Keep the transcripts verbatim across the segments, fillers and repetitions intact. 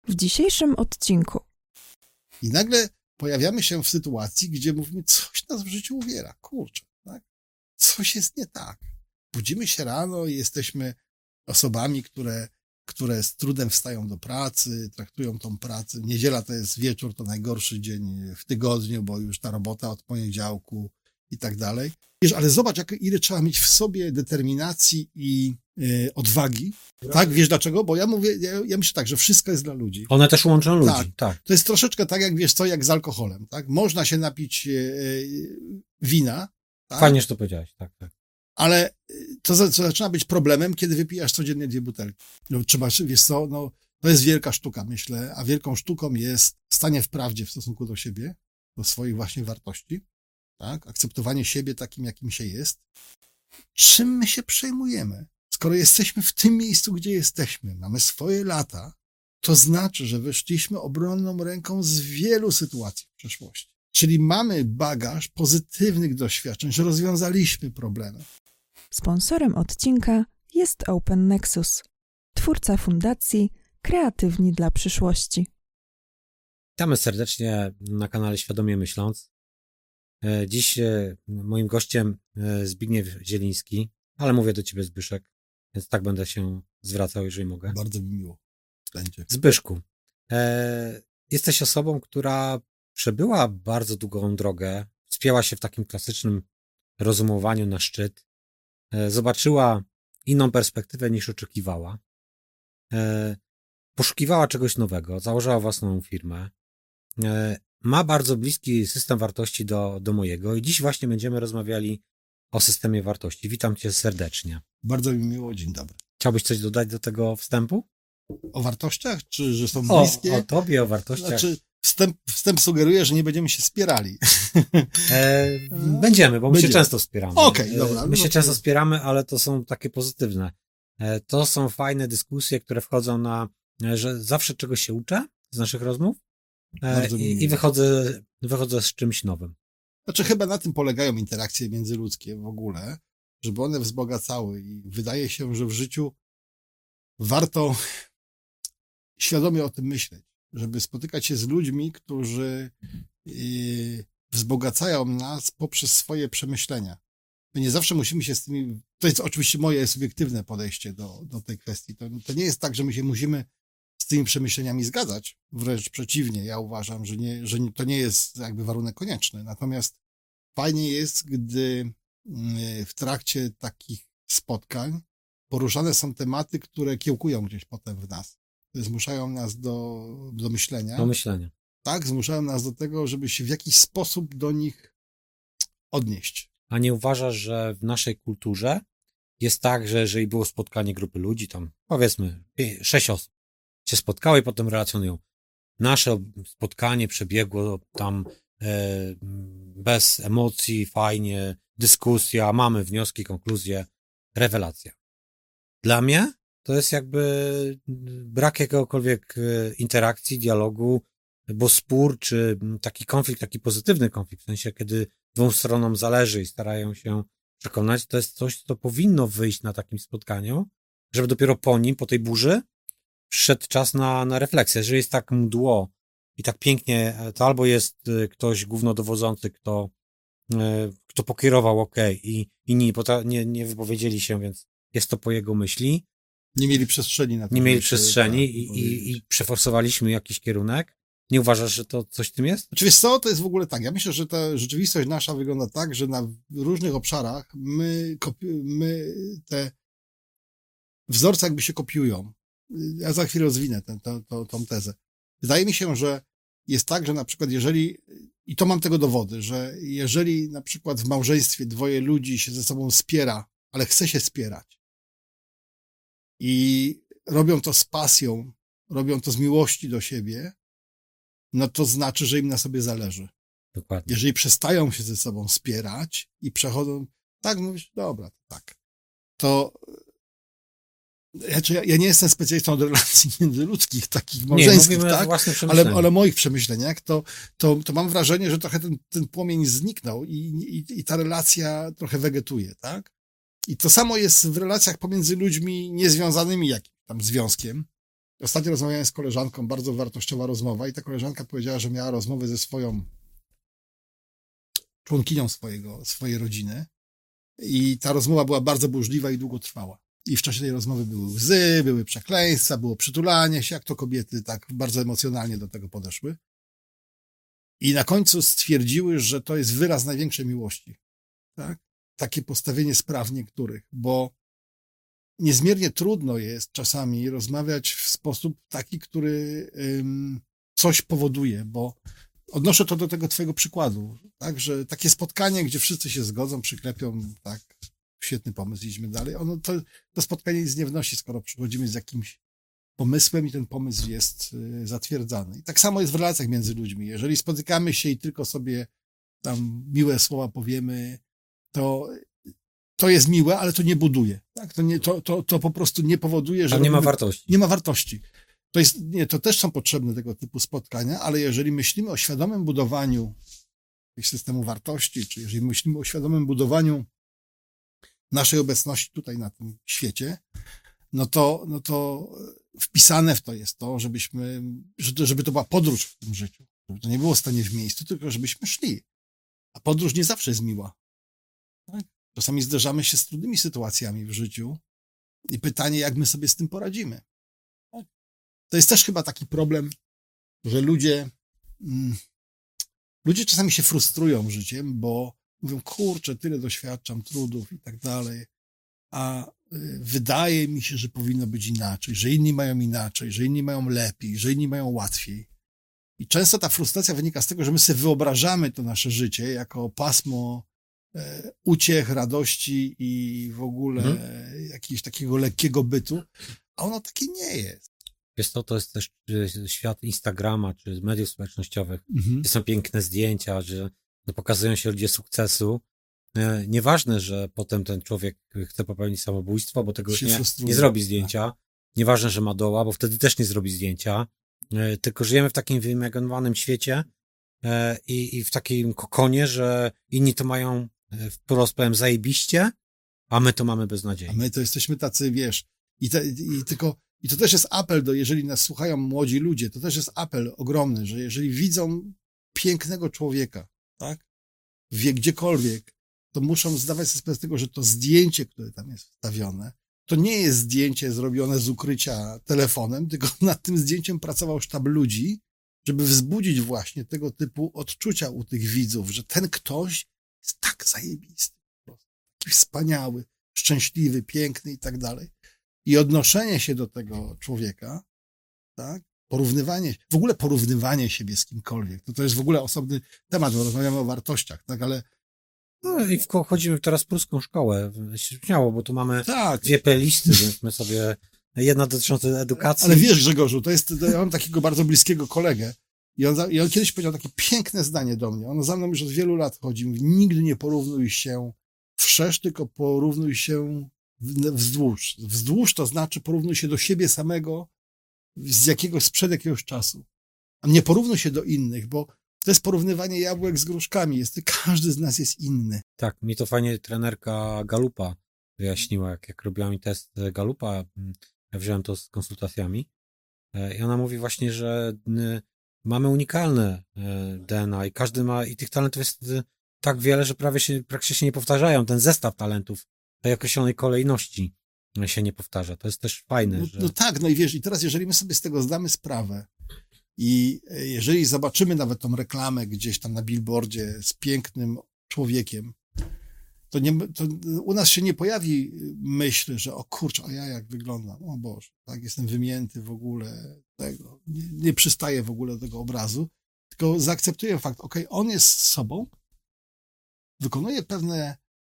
W dzisiejszym odcinku. I nagle pojawiamy się w sytuacji, gdzie mówimy, coś nas w życiu uwiera, kurczę, tak? Coś jest nie tak. Budzimy się rano i jesteśmy osobami, które, które z trudem wstają do pracy, traktują tą pracę. Niedziela to jest wieczór, to najgorszy dzień w tygodniu, bo już ta robota od poniedziałku i tak dalej. Wiesz, ale zobacz, jak, ile trzeba mieć w sobie determinacji i y, odwagi. Tak, wiesz dlaczego? Bo ja mówię, ja, ja myślę tak, że wszystko jest dla ludzi. One też łączą ludzi, tak. tak. To jest troszeczkę tak, jak wiesz co, jak z alkoholem, tak? Można się napić y, wina. Tak? Fajnie, że to powiedziałeś, tak, tak. Ale to, to zaczyna być problemem, kiedy wypijasz codziennie dwie butelki. No, trzeba, wiesz co, no, to jest wielka sztuka, myślę, a wielką sztuką jest stanie w prawdzie w stosunku do siebie, do swoich właśnie wartości, tak? Akceptowanie siebie takim, jakim się jest. Czym my się przejmujemy? Skoro jesteśmy w tym miejscu, gdzie jesteśmy, mamy swoje lata, to znaczy, że wyszliśmy obronną ręką z wielu sytuacji w przeszłości. Czyli mamy bagaż pozytywnych doświadczeń, że rozwiązaliśmy problemy. Sponsorem odcinka jest Open Nexus, twórca fundacji Kreatywni dla przyszłości. Witamy serdecznie na kanale Świadomie Myśląc. Dziś moim gościem Zbigniew Zieliński, ale mówię do ciebie Zbyszek, więc tak będę się zwracał, jeżeli mogę. Bardzo mi miło będzie. Zbyszku, e, jesteś osobą, która przebyła bardzo długą drogę, wspięła się w takim klasycznym rozumowaniu na szczyt, e, zobaczyła inną perspektywę niż oczekiwała, e, poszukiwała czegoś nowego, założyła własną firmę, e, ma bardzo bliski system wartości do, do mojego i dziś właśnie będziemy rozmawiali o systemie wartości. Witam cię serdecznie. Bardzo mi miło, dzień dobry. Chciałbyś coś dodać do tego wstępu? O wartościach? Czy że są O, bliskie? o tobie, o wartościach. Znaczy, wstęp, wstęp sugeruje, że nie będziemy się spierali. E, będziemy, bo my Będziemy. się często wspieramy. Okej, okay, dobra. My się no, często wspieramy, ale to są takie pozytywne. E, to są fajne dyskusje, które wchodzą na, że zawsze czegoś się uczę z naszych rozmów e, i, i wychodzę, wychodzę z czymś nowym. Znaczy chyba na tym polegają interakcje międzyludzkie w ogóle, żeby one wzbogacały i wydaje się, że w życiu warto świadomie o tym myśleć, żeby spotykać się z ludźmi, którzy yy, wzbogacają nas poprzez swoje przemyślenia. My nie zawsze musimy się z tymi, to jest oczywiście moje subiektywne podejście do, do tej kwestii, to, to nie jest tak, że my się musimy z tymi przemyśleniami zgadzać, wręcz przeciwnie, ja uważam, że, nie, że to nie jest jakby warunek konieczny, natomiast fajnie jest, gdy w trakcie takich spotkań poruszane są tematy, które kiełkują gdzieś potem w nas, zmuszają nas do, do myślenia. Do myślenia. Tak, zmuszają nas do tego, żeby się w jakiś sposób do nich odnieść. A nie uważasz, że w naszej kulturze jest tak, że jeżeli było spotkanie grupy ludzi, tam powiedzmy sześć osób się spotkało i potem relacjonują. Nasze spotkanie przebiegło tam e, bez emocji, fajnie, dyskusja, mamy wnioski, konkluzje, rewelacja. Dla mnie to jest jakby brak jakiegokolwiek interakcji, dialogu, bo spór czy taki konflikt, taki pozytywny konflikt, w sensie kiedy dwóm stronom zależy i starają się przekonać, to jest coś, co powinno wyjść na takim spotkaniu, żeby dopiero po nim, po tej burzy, przyszedł czas na, na refleksję. Jeżeli jest tak mdło i tak pięknie, to albo jest ktoś głównodowodzący, kto, kto pokierował ok i inni nie, nie wypowiedzieli się, więc jest to po jego myśli. Nie mieli przestrzeni na to. Nie mieli przestrzeni tak, i, i, i przeforsowaliśmy jakiś kierunek. Nie uważasz, że to coś w tym jest? Znaczy, wiesz co, to jest w ogóle tak. Ja myślę, że ta rzeczywistość nasza wygląda tak, że na różnych obszarach my, kopi- my te wzorce jakby się kopiują. Ja za chwilę rozwinę tę, tę, tę, tą tezę. Wydaje mi się, że jest tak, że na przykład jeżeli, i to mam tego dowody, że jeżeli na przykład w małżeństwie dwoje ludzi się ze sobą spiera, ale chce się spierać i robią to z pasją, robią to z miłości do siebie, no to znaczy, że im na sobie zależy. Dokładnie. Jeżeli przestają się ze sobą spierać i przechodzą, tak, mówisz, dobra, tak, to ja, ja nie jestem specjalistą od relacji międzyludzkich, takich małżeńskich, nie, tak, ale, ale moich przemyśleniach, to, to, to mam wrażenie, że trochę ten, ten płomień zniknął i, i, i ta relacja trochę wegetuje, tak? I to samo jest w relacjach pomiędzy ludźmi niezwiązanymi jakimś tam związkiem. Ostatnio rozmawiałem z koleżanką, bardzo wartościowa rozmowa i ta koleżanka powiedziała, że miała rozmowę ze swoją członkinią swojego, swojej rodziny i ta rozmowa była bardzo burzliwa i długo trwała. I w czasie tej rozmowy były łzy, były przekleństwa, było przytulanie się, jak to kobiety tak bardzo emocjonalnie do tego podeszły. I na końcu stwierdziły, że to jest wyraz największej miłości. Tak? Takie postawienie spraw niektórych, bo niezmiernie trudno jest czasami rozmawiać w sposób taki, który ym, coś powoduje, bo odnoszę to do tego twojego przykładu, tak, że takie spotkanie, gdzie wszyscy się zgodzą, przyklepią, tak, świetny pomysł, idźmy dalej, ono to, to spotkanie nic nie wnosi, skoro przychodzimy z jakimś pomysłem i ten pomysł jest y, zatwierdzany. I tak samo jest w relacjach między ludźmi. Jeżeli spotykamy się i tylko sobie tam miłe słowa powiemy, to to jest miłe, ale to nie buduje. Tak? To, nie, to, to, to po prostu nie powoduje, że... Tam nie ma robimy, wartości. Nie ma wartości. To jest, nie, to też są potrzebne tego typu spotkania, ale jeżeli myślimy o świadomym budowaniu systemu wartości, czy jeżeli myślimy o świadomym budowaniu naszej obecności tutaj na tym świecie, no to, no to wpisane w to jest to, żebyśmy, żeby to była podróż w tym życiu. Żeby to nie było stanie w miejscu, tylko żebyśmy szli. A podróż nie zawsze jest miła. Tak? Czasami zderzamy się z trudnymi sytuacjami w życiu i pytanie, jak my sobie z tym poradzimy. Tak? To jest też chyba taki problem, że ludzie, mm, ludzie czasami się frustrują życiem, bo mówią, kurczę, tyle doświadczam trudów i tak dalej, a y, wydaje mi się, że powinno być inaczej, że inni mają inaczej, że inni mają lepiej, że inni mają łatwiej. I często ta frustracja wynika z tego, że my sobie wyobrażamy to nasze życie jako pasmo e, uciech, radości i w ogóle hmm. jakiegoś takiego lekkiego bytu, a ono takie nie jest. Wiesz co, to jest też świat Instagrama, czy mediów społecznościowych, Mhm. gdzie są piękne zdjęcia, że no, pokazują się ludzie sukcesu. E, nieważne, że potem ten człowiek chce popełnić samobójstwo, bo tego już nie, nie zrobi zdjęcia. Nieważne, że ma doła, bo wtedy też nie zrobi zdjęcia. E, tylko żyjemy w takim wyimagowanym świecie e, i, i w takim kokonie, że inni to mają e, wprost powiem zajebiście, a my to mamy beznadzieję. A my to jesteśmy tacy, wiesz, i, te, i tylko, i to też jest apel do, jeżeli nas słuchają młodzi ludzie, to też jest apel ogromny, że jeżeli widzą pięknego człowieka, tak, wie gdziekolwiek, to muszą zdawać sobie sprawę z tego, że to zdjęcie, które tam jest wstawione, to nie jest zdjęcie zrobione z ukrycia telefonem, tylko nad tym zdjęciem pracował sztab ludzi, żeby wzbudzić właśnie tego typu odczucia u tych widzów, że ten ktoś jest tak zajebisty, taki wspaniały, szczęśliwy, piękny i tak dalej. I odnoszenie się do tego człowieka, tak, porównywanie, w ogóle porównywanie siebie z kimkolwiek, to to jest w ogóle osobny temat, bo rozmawiamy o wartościach, tak, ale No i wchodzimy teraz w pruską szkołę, śmiało, bo tu mamy tak. dwie playlisty, więc my sobie, jedna dotycząca edukacji. Ale wiesz, Grzegorzu, to jest, ja mam takiego bardzo bliskiego kolegę i on, i on kiedyś powiedział takie piękne zdanie do mnie, on za mną już od wielu lat chodzi, mówi, nigdy nie porównuj się wszerz, tylko porównuj się wzdłuż. Wzdłuż to znaczy porównuj się do siebie samego z jakiegoś, sprzed jakiegoś czasu. A nie porównuj się do innych, bo to jest porównywanie jabłek z gruszkami. Jest, każdy z nas jest inny. Tak, mi to fajnie trenerka Galupa wyjaśniła, jak, jak robiła mi test Galupa, ja wziąłem to z konsultacjami i ona mówi właśnie, że mamy unikalne D N A i każdy ma, i tych talentów jest tak wiele, że prawie się, praktycznie się nie powtarzają. Ten zestaw talentów w tej określonej kolejności się nie powtarza. To jest też fajne. No, że... no tak, no i wiesz, i teraz jeżeli my sobie z tego zdamy sprawę i jeżeli zobaczymy nawet tą reklamę gdzieś tam na billboardzie z pięknym człowiekiem, to, nie, to u nas się nie pojawi myśl, że o kurczę, a ja jak wyglądam, o Boże, tak, jestem wymięty w ogóle, tego, nie, nie przystaję w ogóle do tego obrazu, tylko zaakceptuję fakt, okej, okay, on jest sobą, wykonuje pewne,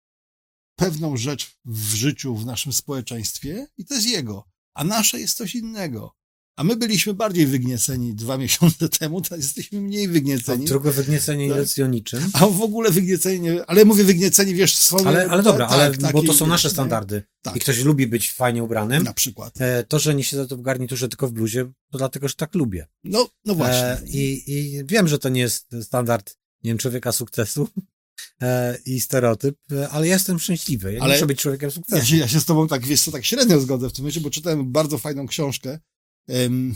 pewną rzecz w życiu, w naszym społeczeństwie i to jest jego, a nasze jest coś innego. A my byliśmy bardziej wygnieceni dwa miesiące temu, teraz jesteśmy mniej wygnieceni. A drugie wygniecenie nie jest o niczym. A w ogóle wygnieceni, ale mówię wygnieceni, wiesz, swoje... Ale, ale dobra, tak, ale, tak, bo to i, są nasze wiesz, standardy. Tak. I ktoś lubi być fajnie ubranym. Na przykład. To, że nie siedzę tu w garniturze, tylko w bluzie, to dlatego, że tak lubię. No, no właśnie. E, i, I wiem, że to nie jest standard, nie wiem, człowieka sukcesu e, i stereotyp, ale ja jestem szczęśliwy. Ja ale nie muszę być człowiekiem sukcesu. Ja się, ja się z tobą tak, wiesz co, tak średnio zgodzę w tym momencie, bo czytałem bardzo fajną książkę Um,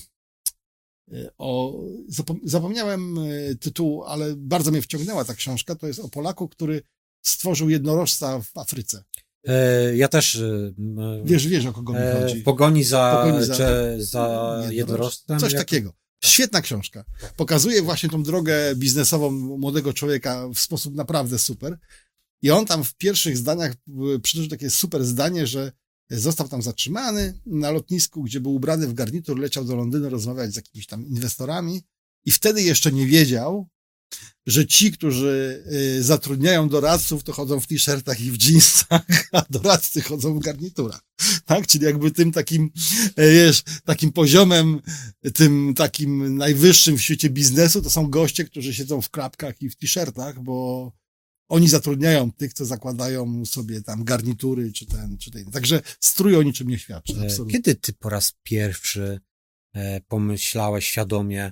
o, zapom- zapomniałem tytułu, ale bardzo mnie wciągnęła ta książka. To jest o Polaku, który stworzył jednorożca w Afryce. E, ja też... E, Wiesz, wiesz o kogo mi chodzi. W pogoni za, pogoni za, czy, za jednorożcem. Coś jak... takiego. Świetna książka. Pokazuje właśnie tą drogę biznesową młodego człowieka w sposób naprawdę super. I on tam w pierwszych zdaniach przytoczył takie super zdanie, że został tam zatrzymany na lotnisku, gdzie był ubrany w garnitur, leciał do Londynu rozmawiać z jakimiś tam inwestorami i wtedy jeszcze nie wiedział, że ci, którzy zatrudniają doradców, to chodzą w t-shirtach i w jeansach, a doradcy chodzą w garniturach. Tak? Czyli jakby tym takim, wiesz, takim poziomem, tym takim najwyższym w świecie biznesu, to są goście, którzy siedzą w klapkach i w t-shirtach, bo oni zatrudniają tych, co zakładają sobie tam garnitury, czy ten, czy ten. Także strój o niczym nie świadczy. Absolutnie. Kiedy ty po raz pierwszy pomyślałeś świadomie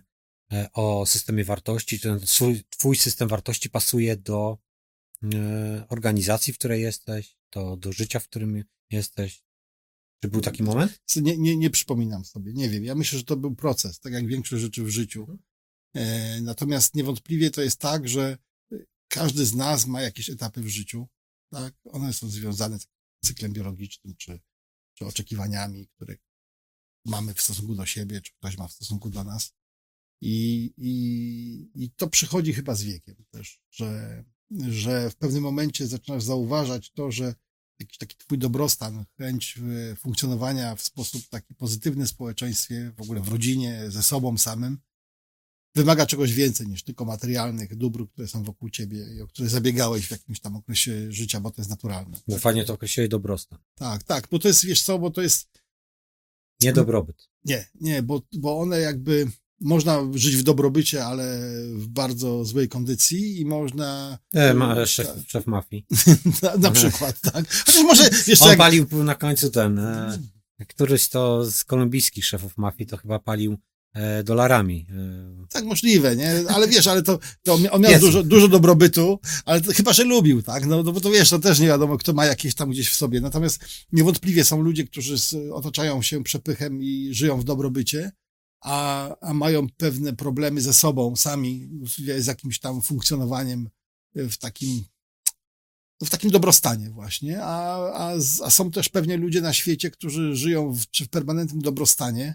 o systemie wartości, czy ten twój system wartości pasuje do organizacji, w której jesteś, to do życia, w którym jesteś? Czy był taki moment? Nie, nie, nie przypominam sobie, nie wiem. Ja myślę, że to był proces, tak jak większość rzeczy w życiu. E, natomiast niewątpliwie to jest tak, że każdy z nas ma jakieś etapy w życiu, tak? One są związane z cyklem biologicznym, czy, czy oczekiwaniami, które mamy w stosunku do siebie, czy ktoś ma w stosunku do nas. I, i, i to przychodzi chyba z wiekiem też, że, że w pewnym momencie zaczynasz zauważać to, że jakiś taki twój dobrostan, chęć funkcjonowania w sposób taki pozytywny w społeczeństwie, w ogóle w rodzinie, ze sobą samym, wymaga czegoś więcej niż tylko materialnych dóbr, które są wokół ciebie i o które zabiegałeś w jakimś tam okresie życia, bo to jest naturalne. Bo fajnie to określiłeś dobrostan. Tak, tak, bo to jest, wiesz co, bo to jest... Nie dobrobyt. Nie, nie, bo, bo one jakby... Można żyć w dobrobycie, ale w bardzo złej kondycji i można... E, ma, szef, szef mafii. na, na przykład, tak. Chociaż może... Wiesz, On jak... palił na końcu ten... E, któryś to z kolumbijskich szefów mafii to chyba palił e, dolarami. E. Tak, możliwe, nie? Ale wiesz, ale to, to on miał dużo, dużo dobrobytu, ale to, chyba, że lubił, tak? No, no bo to wiesz, to też nie wiadomo, kto ma jakieś tam gdzieś w sobie. Natomiast niewątpliwie są ludzie, którzy z, otaczają się przepychem i żyją w dobrobycie, a, a mają pewne problemy ze sobą sami, z jakimś tam funkcjonowaniem w takim, w takim dobrostanie właśnie, a, a, a są też pewnie ludzie na świecie, którzy żyją w, czy w permanentnym dobrostanie,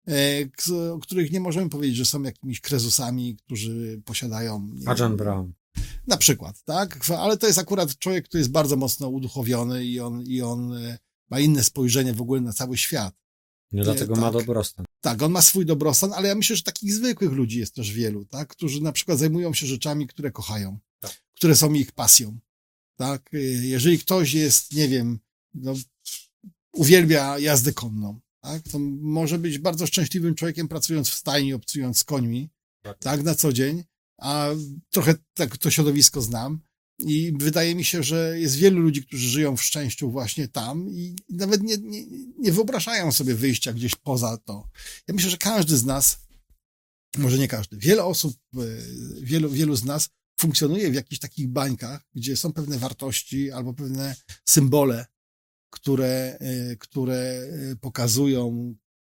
e, o których nie możemy powiedzieć, że są jakimiś krezusami, którzy posiadają... Adrian Brown. Na przykład, tak? Ale to jest akurat człowiek, który jest bardzo mocno uduchowiony i on, i on ma inne spojrzenie w ogóle na cały świat. No dlatego tak. ma dobrostan. Tak, on ma swój dobrostan, ale ja myślę, że takich zwykłych ludzi jest też wielu, tak? Którzy na przykład zajmują się rzeczami, które kochają, tak. które są ich pasją, tak? Jeżeli ktoś jest, nie wiem, no, uwielbia jazdę konną, tak? To może być bardzo szczęśliwym człowiekiem pracując w stajni, obcując z końmi, tak, tak na co dzień, a trochę tak to środowisko znam. I wydaje mi się, że jest wielu ludzi, którzy żyją w szczęściu właśnie tam i nawet nie, nie, nie wyobrażają sobie wyjścia gdzieś poza to. Ja myślę, że każdy z nas, może nie każdy, wiele osób, wielu, wielu z nas funkcjonuje w jakichś takich bańkach, gdzie są pewne wartości albo pewne symbole, które, które pokazują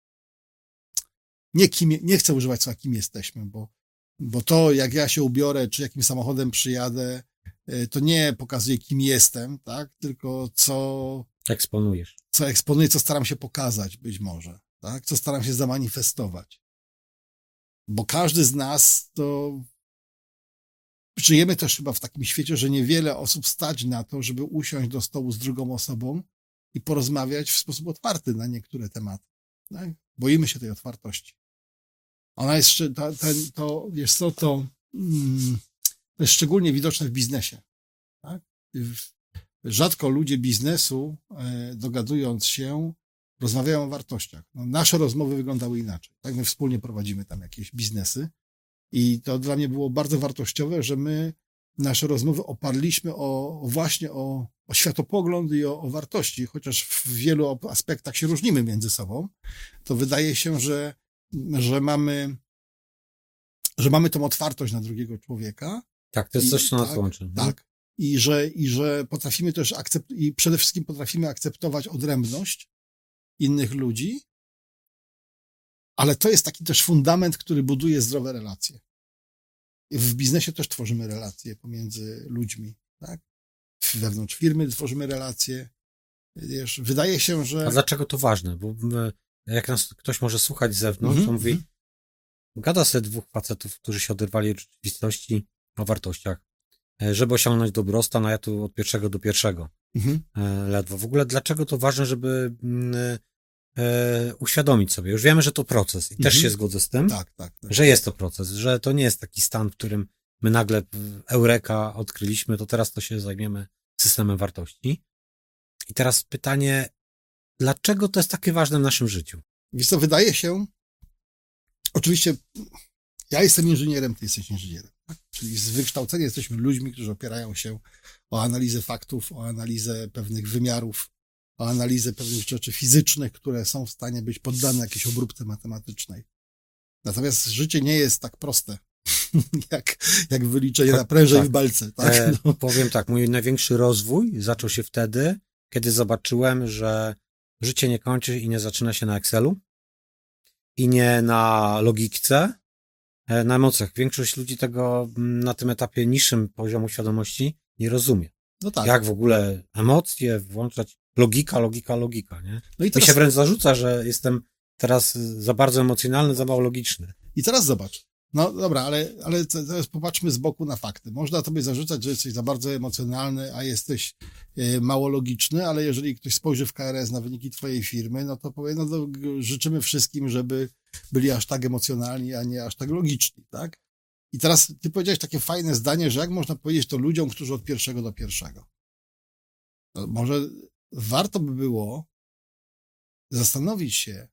nie kim, nie chcę używać słowa kim jesteśmy, bo, bo to jak ja się ubiorę, czy jakim samochodem przyjadę, to nie pokazuje, kim jestem, tak? Tylko co... Eksponujesz. Co eksponuję, co staram się pokazać być może, tak? Co staram się zamanifestować. Bo każdy z nas to... Żyjemy też chyba w takim świecie, że niewiele osób stać na to, żeby usiąść do stołu z drugą osobą i porozmawiać w sposób otwarty na niektóre tematy. Tak? Boimy się tej otwartości. Ona jest... To, ten, to wiesz co, to... Mm, To jest szczególnie widoczne w biznesie. Tak? Rzadko ludzie biznesu, dogadując się, rozmawiają o wartościach. No, nasze rozmowy wyglądały inaczej. Tak? My wspólnie prowadzimy tam jakieś biznesy i to dla mnie było bardzo wartościowe, że my nasze rozmowy oparliśmy o, właśnie o, o światopogląd i o, o wartości, chociaż w wielu aspektach się różnimy między sobą, to wydaje się, że, że mamy, że mamy tą otwartość na drugiego człowieka. Tak, to jest coś, co nas tak, łączy. Tak. I że, i że potrafimy też akcept, i przede wszystkim potrafimy akceptować odrębność innych ludzi Ale to jest taki też fundament, który buduje zdrowe relacje. W biznesie też tworzymy relacje pomiędzy ludźmi, tak? Wewnątrz firmy tworzymy relacje. Wiesz, wydaje się, że... A dlaczego to ważne? Bo my, jak nas ktoś może słuchać z zewnątrz, Mhm, to mówi, mhm. gada sobie dwóch facetów, którzy się oderwali od rzeczywistości, o wartościach, e, żeby osiągnąć dobrostan, a ja tu od pierwszego do pierwszego Mhm. e, ledwo. W ogóle dlaczego to ważne, żeby mm, e, uświadomić sobie? Już wiemy, że to proces i też Mhm. się zgodzę z tym, Tak, tak, tak. że jest to proces, że to nie jest taki stan, w którym my nagle w Eureka odkryliśmy, to teraz to się zajmiemy systemem wartości. I teraz pytanie, dlaczego to jest takie ważne w naszym życiu? Wiesz co, wydaje się, oczywiście ja jestem inżynierem, ty jesteś inżynierem, tak? Czyli z wykształcenia jesteśmy ludźmi, którzy opierają się o analizę faktów, o analizę pewnych wymiarów, o analizę pewnych rzeczy fizycznych, które są w stanie być poddane jakiejś obróbce matematycznej. Natomiast życie nie jest tak proste, jak, jak wyliczenie na pręże tak. i w balce. Tak? E, No. powiem tak, mój największy rozwój zaczął się wtedy, kiedy zobaczyłem, że życie nie kończy i nie zaczyna się na Excelu i nie na logice, e, na emocjach. Większość ludzi tego m, na tym etapie niższym poziomu świadomości nie rozumie. No tak. Jak w ogóle emocje włączać? Logika, logika, logika, nie? No i Mi teraz, się wręcz zarzuca, że jestem teraz za bardzo emocjonalny, za mało logiczny. i teraz zobacz. No dobra, ale, ale teraz popatrzmy z boku na fakty. Można tobie zarzucać, że jesteś za bardzo emocjonalny, a jesteś e, mało logiczny, ale jeżeli ktoś spojrzy w K R S na wyniki twojej firmy, no to powie, no to życzymy wszystkim, żeby byli aż tak emocjonalni, a nie aż tak logiczni, tak? I teraz ty powiedziałeś takie fajne zdanie, że jak można powiedzieć to ludziom, którzy od pierwszego do pierwszego. No może warto by było zastanowić się,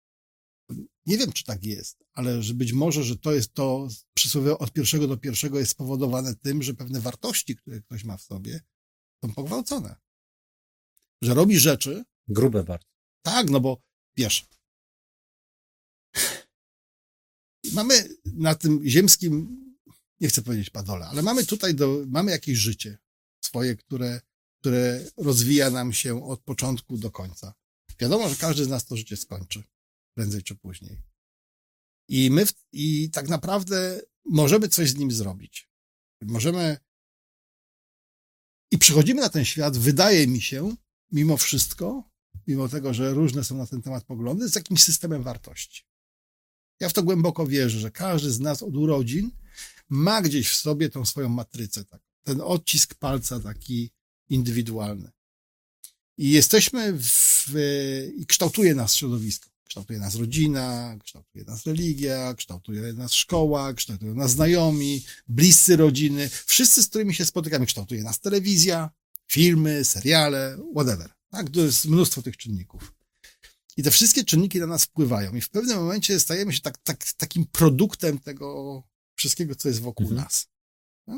nie wiem, czy tak jest, ale że być może, że to jest to przysłowie od pierwszego do pierwszego jest spowodowane tym, że pewne wartości, które ktoś ma w sobie, są pogwałcone. Że robi rzeczy, Grube bardzo. tak, no bo wiesz, mamy na tym ziemskim, nie chcę powiedzieć padole, ale mamy tutaj, do, mamy jakieś życie swoje, które, które rozwija nam się od początku do końca. Wiadomo, że każdy z nas to życie skończy, prędzej czy później. I my, w, i tak naprawdę możemy coś z nim zrobić. Możemy, i przychodzimy na ten świat, wydaje mi się, mimo wszystko, mimo tego, że różne są na ten temat poglądy, z jakimś systemem wartości. Ja w to głęboko wierzę, że każdy z nas od urodzin ma gdzieś w sobie tą swoją matrycę, tak, ten odcisk palca taki indywidualny. I jesteśmy w, i kształtuje nas środowisko. Kształtuje nas rodzina, kształtuje nas religia, kształtuje nas szkoła, kształtują nas znajomi, bliscy rodziny, wszyscy, z którymi się spotykamy. Kształtuje nas telewizja, filmy, seriale, whatever. Tak, to jest mnóstwo tych czynników. I te wszystkie czynniki na nas wpływają. I w pewnym momencie stajemy się tak, tak, takim produktem tego wszystkiego, co jest wokół Mhm. nas. Tak?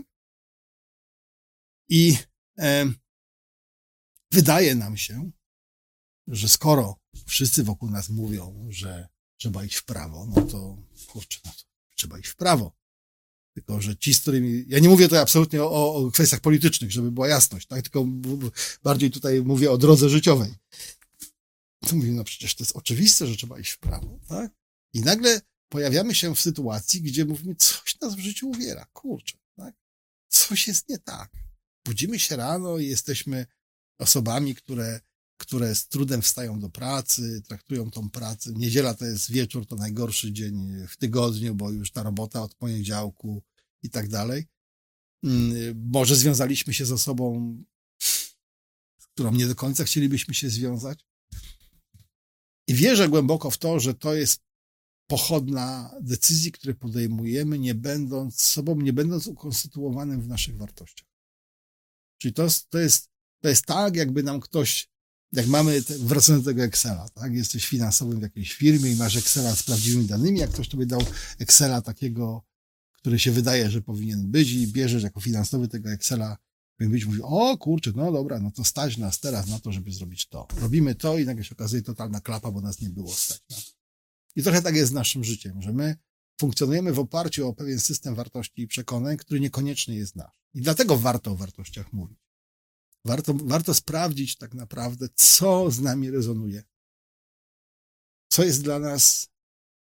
I e, wydaje nam się, że skoro wszyscy wokół nas mówią, że trzeba iść w prawo, no to kurczę, no to trzeba iść w prawo. Tylko, że ci, z którymi... Ja nie mówię tutaj absolutnie o, o kwestiach politycznych, żeby była jasność, tak? Tylko bardziej tutaj mówię o drodze życiowej. To mówię, no przecież to jest oczywiste, że trzeba iść w prawo, tak? I nagle pojawiamy się w sytuacji, gdzie mówimy, coś nas w życiu uwiera, kurczę, tak? Coś jest nie tak. Budzimy się rano i jesteśmy osobami, które, które z trudem wstają do pracy, traktują tą pracę. Niedziela to jest wieczór, to najgorszy dzień w tygodniu, bo już ta robota od poniedziałku i tak dalej. Może związaliśmy się z osobą, z którą nie do końca chcielibyśmy się związać. I wierzę głęboko w to, że to jest pochodna decyzji, które podejmujemy, nie będąc sobą, nie będąc ukonstytuowanym w naszych wartościach. Czyli to, to, jest, to jest tak, jakby nam ktoś, jak mamy, te, wracając do tego Excela, tak? Jesteś finansowym w jakiejś firmie i masz Excela z prawdziwymi danymi, jak ktoś tobie dał Excela takiego, który się wydaje, że powinien być i bierzesz jako finansowy tego Excela, powinien być, mówi, o kurczę, no dobra, no to stać nas teraz na to, żeby zrobić to. Robimy to i nagle się okazuje totalna klapa, bo nas nie było stać na to. I trochę tak jest z naszym życiem, że my funkcjonujemy w oparciu o pewien system wartości i przekonań, który niekoniecznie jest nasz. I dlatego warto o wartościach mówić. Warto, warto sprawdzić tak naprawdę, co z nami rezonuje. Co jest dla nas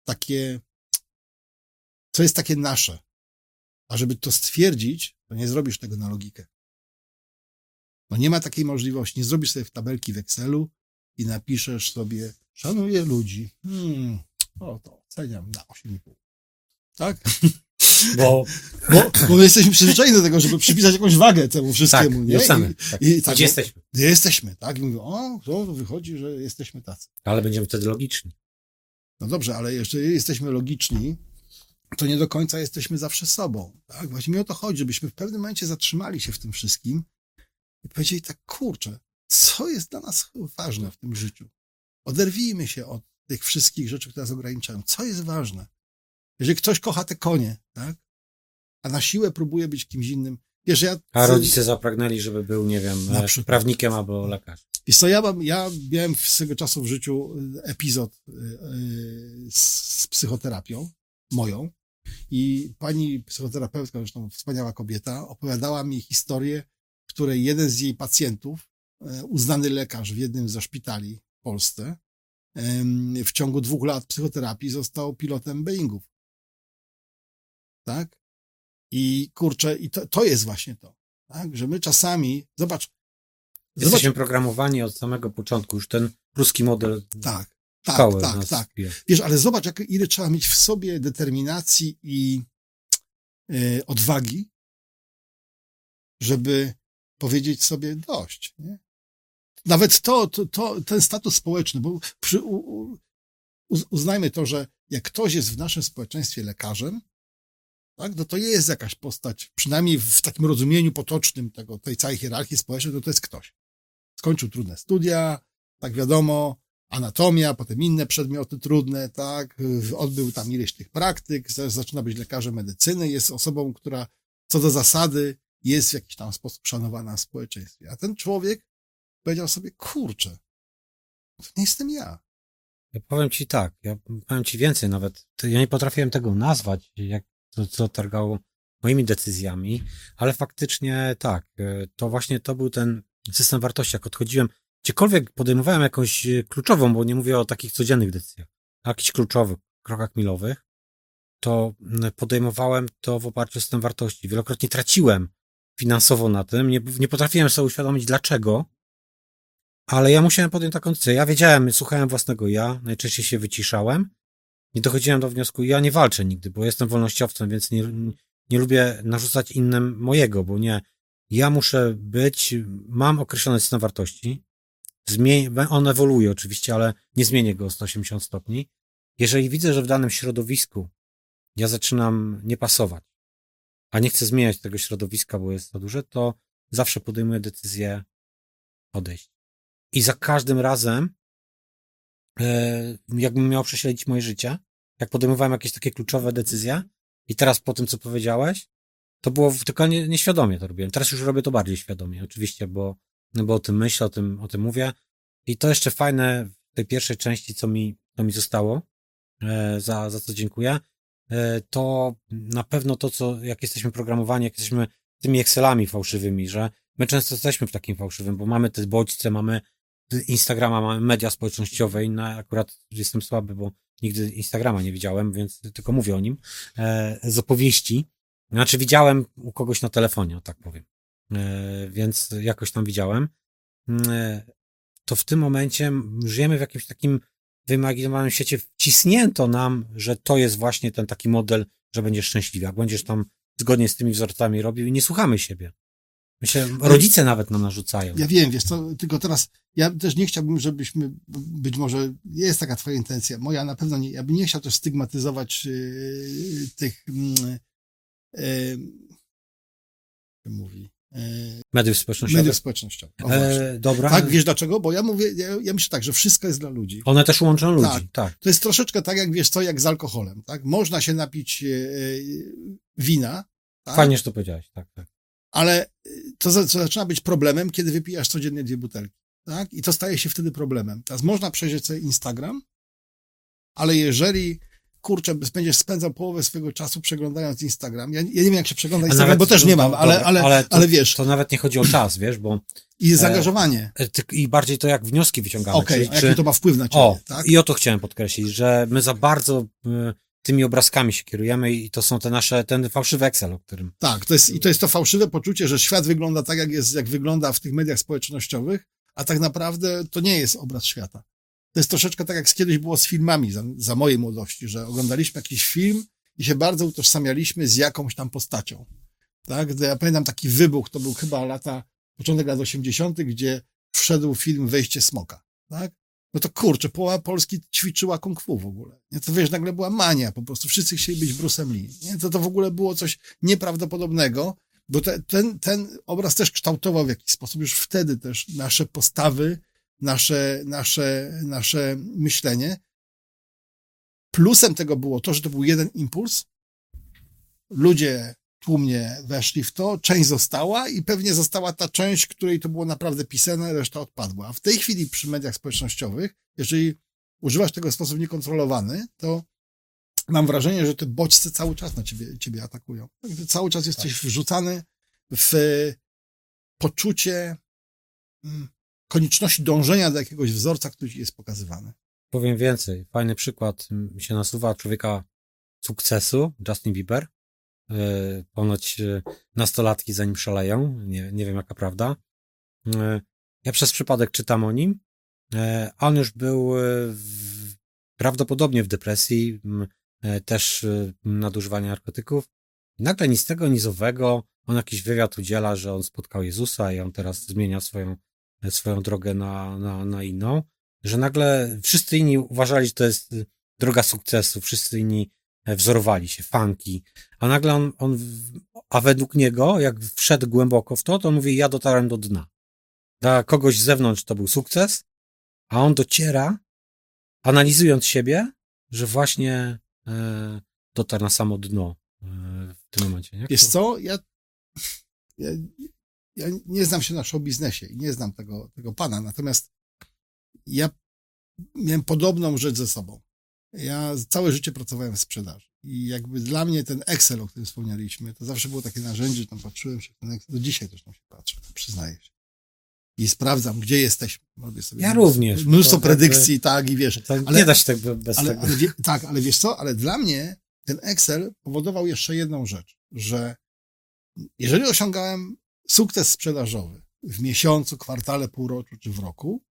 takie, co jest takie nasze. A żeby to stwierdzić, to nie zrobisz tego na logikę. No nie ma takiej możliwości. Nie zrobisz sobie w tabelki w Excelu i napiszesz sobie, szanuję ludzi. Hmm, o, to oceniam na osiem i pół. Tak? Bo, bo, bo my jesteśmy przyzwyczajeni do tego, żeby przypisać jakąś wagę temu wszystkiemu. Tak, nie? oceny, I, tak. i, tak, Gdzie jesteśmy? Gdzie jesteśmy, tak? I mówią, o, to wychodzi, że jesteśmy tacy. Ale będziemy wtedy logiczni. No dobrze, ale jeżeli jesteśmy logiczni, to nie do końca jesteśmy zawsze sobą. Tak? Właśnie mi o to chodzi, żebyśmy w pewnym momencie zatrzymali się w tym wszystkim i powiedzieli tak, kurczę, co jest dla nas ważne w tym życiu? Oderwijmy się od tych wszystkich rzeczy, które nas ograniczają. Co jest ważne? Jeżeli ktoś kocha te konie, tak? A na siłę próbuje być kimś innym. Wiesz, ja... A rodzice zapragnęli, żeby był, nie wiem, prawnikiem albo lekarzem. Wiesz co, ja, mam, ja miałem swego czasu w życiu epizod z psychoterapią moją i pani psychoterapeutka, zresztą wspaniała kobieta, opowiadała mi historię, w której jeden z jej pacjentów, uznany lekarz w jednym ze szpitali w Polsce, w ciągu dwóch lat psychoterapii został pilotem Boeingów. Tak? I kurczę, i to, to jest właśnie to, tak? Że my czasami, zobacz, Jesteśmy zobacz, programowani od samego początku, już ten ruski model tak, tak, szkoły tak, nas tak. bije. Wiesz, ale zobacz, jak, ile trzeba mieć w sobie determinacji i y, odwagi, żeby powiedzieć sobie dość, nie? Nawet to, to, to, ten status społeczny, bo przy, u, u, uznajmy to, że jak ktoś jest w naszym społeczeństwie lekarzem, tak, no to jest jakaś postać, przynajmniej w takim rozumieniu potocznym tego, tej całej hierarchii społecznej, to to jest ktoś. Skończył trudne studia, tak wiadomo, anatomia, potem inne przedmioty trudne, tak, odbył tam ileś tych praktyk, zaczyna być lekarzem medycyny, jest osobą, która co do zasady jest w jakiś tam sposób szanowana w społeczeństwie. A ten człowiek powiedział sobie, kurczę, to nie jestem ja. Ja powiem ci tak, ja powiem ci więcej nawet, ja nie potrafiłem tego nazwać, jak to, co targało moimi decyzjami, ale faktycznie tak, to właśnie to był ten system wartości, jak odchodziłem, gdziekolwiek podejmowałem jakąś kluczową, bo nie mówię o takich codziennych decyzjach, a jakichś kluczowych krokach milowych, to podejmowałem to w oparciu o system wartości. Wielokrotnie traciłem finansowo na tym, nie, nie potrafiłem sobie uświadomić dlaczego, ale ja musiałem podjąć taką decyzję. Ja wiedziałem, słuchałem własnego ja, najczęściej się wyciszałem i dochodziłem do wniosku, ja nie walczę nigdy, bo jestem wolnościowcem, więc nie, nie lubię narzucać innym mojego, bo nie, ja muszę być, mam określony system wartości, zmień, on ewoluuje oczywiście, ale nie zmienię go o sto osiemdziesiąt stopni. Jeżeli widzę, że w danym środowisku ja zaczynam nie pasować, a nie chcę zmieniać tego środowiska, bo jest za duże, to zawsze podejmuję decyzję odejść. I za każdym razem, jakbym miał prześledzić moje życie, jak podejmowałem jakieś takie kluczowe decyzje i teraz po tym, co powiedziałeś, to było tylko nie, nieświadomie to robiłem. Teraz już robię to bardziej świadomie, oczywiście, bo, no bo o tym myślę, o tym, o tym mówię. I to jeszcze fajne w tej pierwszej części, co mi, co mi zostało, za, za co dziękuję, to na pewno to, co, jak jesteśmy programowani, jak jesteśmy tymi Excelami fałszywymi, że my często jesteśmy w takim fałszywym, bo mamy te bodźce, mamy Instagrama, mamy media społecznościowe, inne akurat jestem słaby, bo nigdy Instagrama nie widziałem, więc tylko mówię o nim, e, z opowieści. Znaczy widziałem u kogoś na telefonie, o tak powiem. E, więc jakoś tam widziałem. E, to w tym momencie żyjemy w jakimś takim wyimaginowanym świecie. Wcisnięto nam, że to jest właśnie ten taki model, że będziesz szczęśliwy, jak będziesz tam zgodnie z tymi wzorcami robił i nie słuchamy siebie. Myślę, rodzice nawet nam narzucają. Ja wiem, wiesz co, tylko teraz ja też nie chciałbym, żebyśmy, być może jest taka twoja intencja, moja na pewno nie, ja bym nie chciał też stygmatyzować yy, tych yy, yy, mówi yy, mediów społecznościowych. Mediów społecznościowych. O, e, dobra. Tak, wiesz dlaczego? Bo ja mówię, ja, ja myślę tak, że wszystko jest dla ludzi. One też łączą ludzi, tak. tak. To jest troszeczkę tak, jak wiesz co, jak z alkoholem, tak? Można się napić yy, wina. Tak? Fajnie, że to powiedziałeś, tak, tak. Ale to zaczyna być problemem, kiedy wypijasz codziennie dwie butelki, tak? I to staje się wtedy problemem. Teraz można przejrzeć sobie Instagram, ale jeżeli kurczę, będziesz spędzał połowę swojego czasu przeglądając Instagram. Ja, ja nie wiem, jak się przegląda A Instagram, nawet- bo też nie mam, to- ale, dobra, ale, ale to- ale wiesz, To nawet nie chodzi o czas, wiesz, bo i zaangażowanie. e, ty- i bardziej to jak wnioski wyciągamy. Okej, czyli a jaki to ma wpływ na ciebie, O, tak? i o to chciałem podkreślić, że my za bardzo y, tymi obrazkami się kierujemy i to są te nasze, ten fałszywy Excel, o którym... Tak, to jest, i to jest to fałszywe poczucie, że świat wygląda tak, jak jest, jak wygląda w tych mediach społecznościowych, a tak naprawdę to nie jest obraz świata. To jest troszeczkę tak, jak kiedyś było z filmami za, za mojej młodości, że oglądaliśmy jakiś film i się bardzo utożsamialiśmy z jakąś tam postacią. Tak? Ja pamiętam taki wybuch, to był chyba lata, początek lat osiemdziesiątych, gdzie wszedł film Wejście Smoka. Tak? No to kurczę, połowa Polski ćwiczyła kung fu w ogóle. Nie? To wiesz, nagle była mania, po prostu wszyscy chcieli być Bruce'em Lee. Nie? To to w ogóle było coś nieprawdopodobnego, bo te, ten, ten obraz też kształtował w jakiś sposób już wtedy też nasze postawy, nasze, nasze, nasze myślenie. Plusem tego było to, że to był jeden impuls. Ludzie tłumnie weszli w to, część została i pewnie została ta część, której to było naprawdę pisane, reszta odpadła. A w tej chwili przy mediach społecznościowych, jeżeli używasz tego w sposób niekontrolowany, to mam wrażenie, że te bodźce cały czas na ciebie, ciebie atakują. Ty cały czas jesteś wrzucany w poczucie konieczności dążenia do jakiegoś wzorca, który ci jest pokazywany. Powiem więcej. Fajny przykład mi się nasuwa człowieka sukcesu, Justin Bieber. Yy, ponoć yy, nastolatki za nim szaleją. Nie, nie wiem, jaka prawda. Yy, ja przez przypadek czytam o nim. Yy, a on już był yy, w, prawdopodobnie w depresji, yy, też yy, nadużywania narkotyków. I nagle nic z tego, nic owego. On jakiś wywiad udziela, że on spotkał Jezusa i on teraz zmienia swoją, swoją drogę na, na, na inną. Że nagle wszyscy inni uważali, że to jest droga sukcesu, wszyscy inni wzorowali się, funky, a nagle on, on, a według niego, jak wszedł głęboko w to, to on mówi, ja dotarłem do dna. Dla kogoś z zewnątrz to był sukces, a on dociera, analizując siebie, że właśnie e, dotarł na samo dno e, w tym momencie. Jak Wiesz to? co, ja, ja, ja nie znam się na show biznesie i nie znam tego, tego pana, natomiast ja miałem podobną rzecz ze sobą. Ja całe życie pracowałem w sprzedaży i jakby dla mnie ten Excel, o którym wspomnieliśmy, to zawsze było takie narzędzie, tam patrzyłem się w ten Excel, do dzisiaj też tam się patrzę, przyznaję się. I sprawdzam, gdzie jesteśmy. Robię sobie Ja mnóstwo, również. Mnóstwo To predykcji, tak, i wiesz. To ale, nie da się tego bez ale, tego. ale wie, tak, ale wiesz co, ale dla mnie ten Excel powodował jeszcze jedną rzecz, że jeżeli osiągałem sukces sprzedażowy w miesiącu, kwartale, półroczu czy w roku,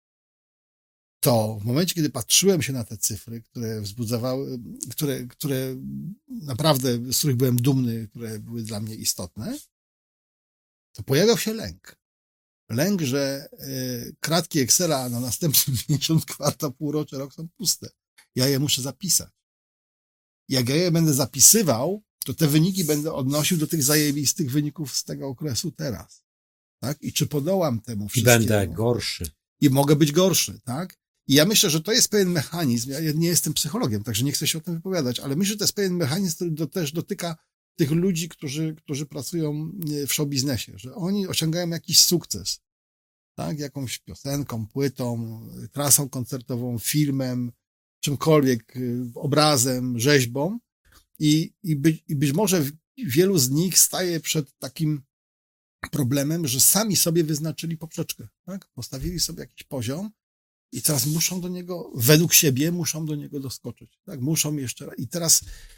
to w momencie, kiedy patrzyłem się na te cyfry, które wzbudzały, które, które naprawdę, z których byłem dumny, które były dla mnie istotne, to pojawiał się lęk. Lęk, że y, kratki Excela na następny miesiąc, kwartał, półrocze, rok są puste. Ja je muszę zapisać. Jak ja je będę zapisywał, to te wyniki będę odnosił do tych zajebistych wyników z tego okresu teraz. Tak? I czy podołam temu I wszystkiemu? będę gorszy. I mogę być gorszy, tak? I ja myślę, że to jest pewien mechanizm, ja nie jestem psychologiem, także nie chcę się o tym wypowiadać, ale myślę, że to jest pewien mechanizm, który do, też dotyka tych ludzi, którzy, którzy pracują w show biznesie, że oni osiągają jakiś sukces, tak? Jakąś piosenką, płytą, trasą koncertową, filmem, czymkolwiek, obrazem, rzeźbą i, i, być, i być może wielu z nich staje przed takim problemem, że sami sobie wyznaczyli poprzeczkę, tak? Postawili sobie jakiś poziom i teraz muszą do niego, według siebie muszą do niego doskoczyć, tak? Muszą jeszcze raz. I teraz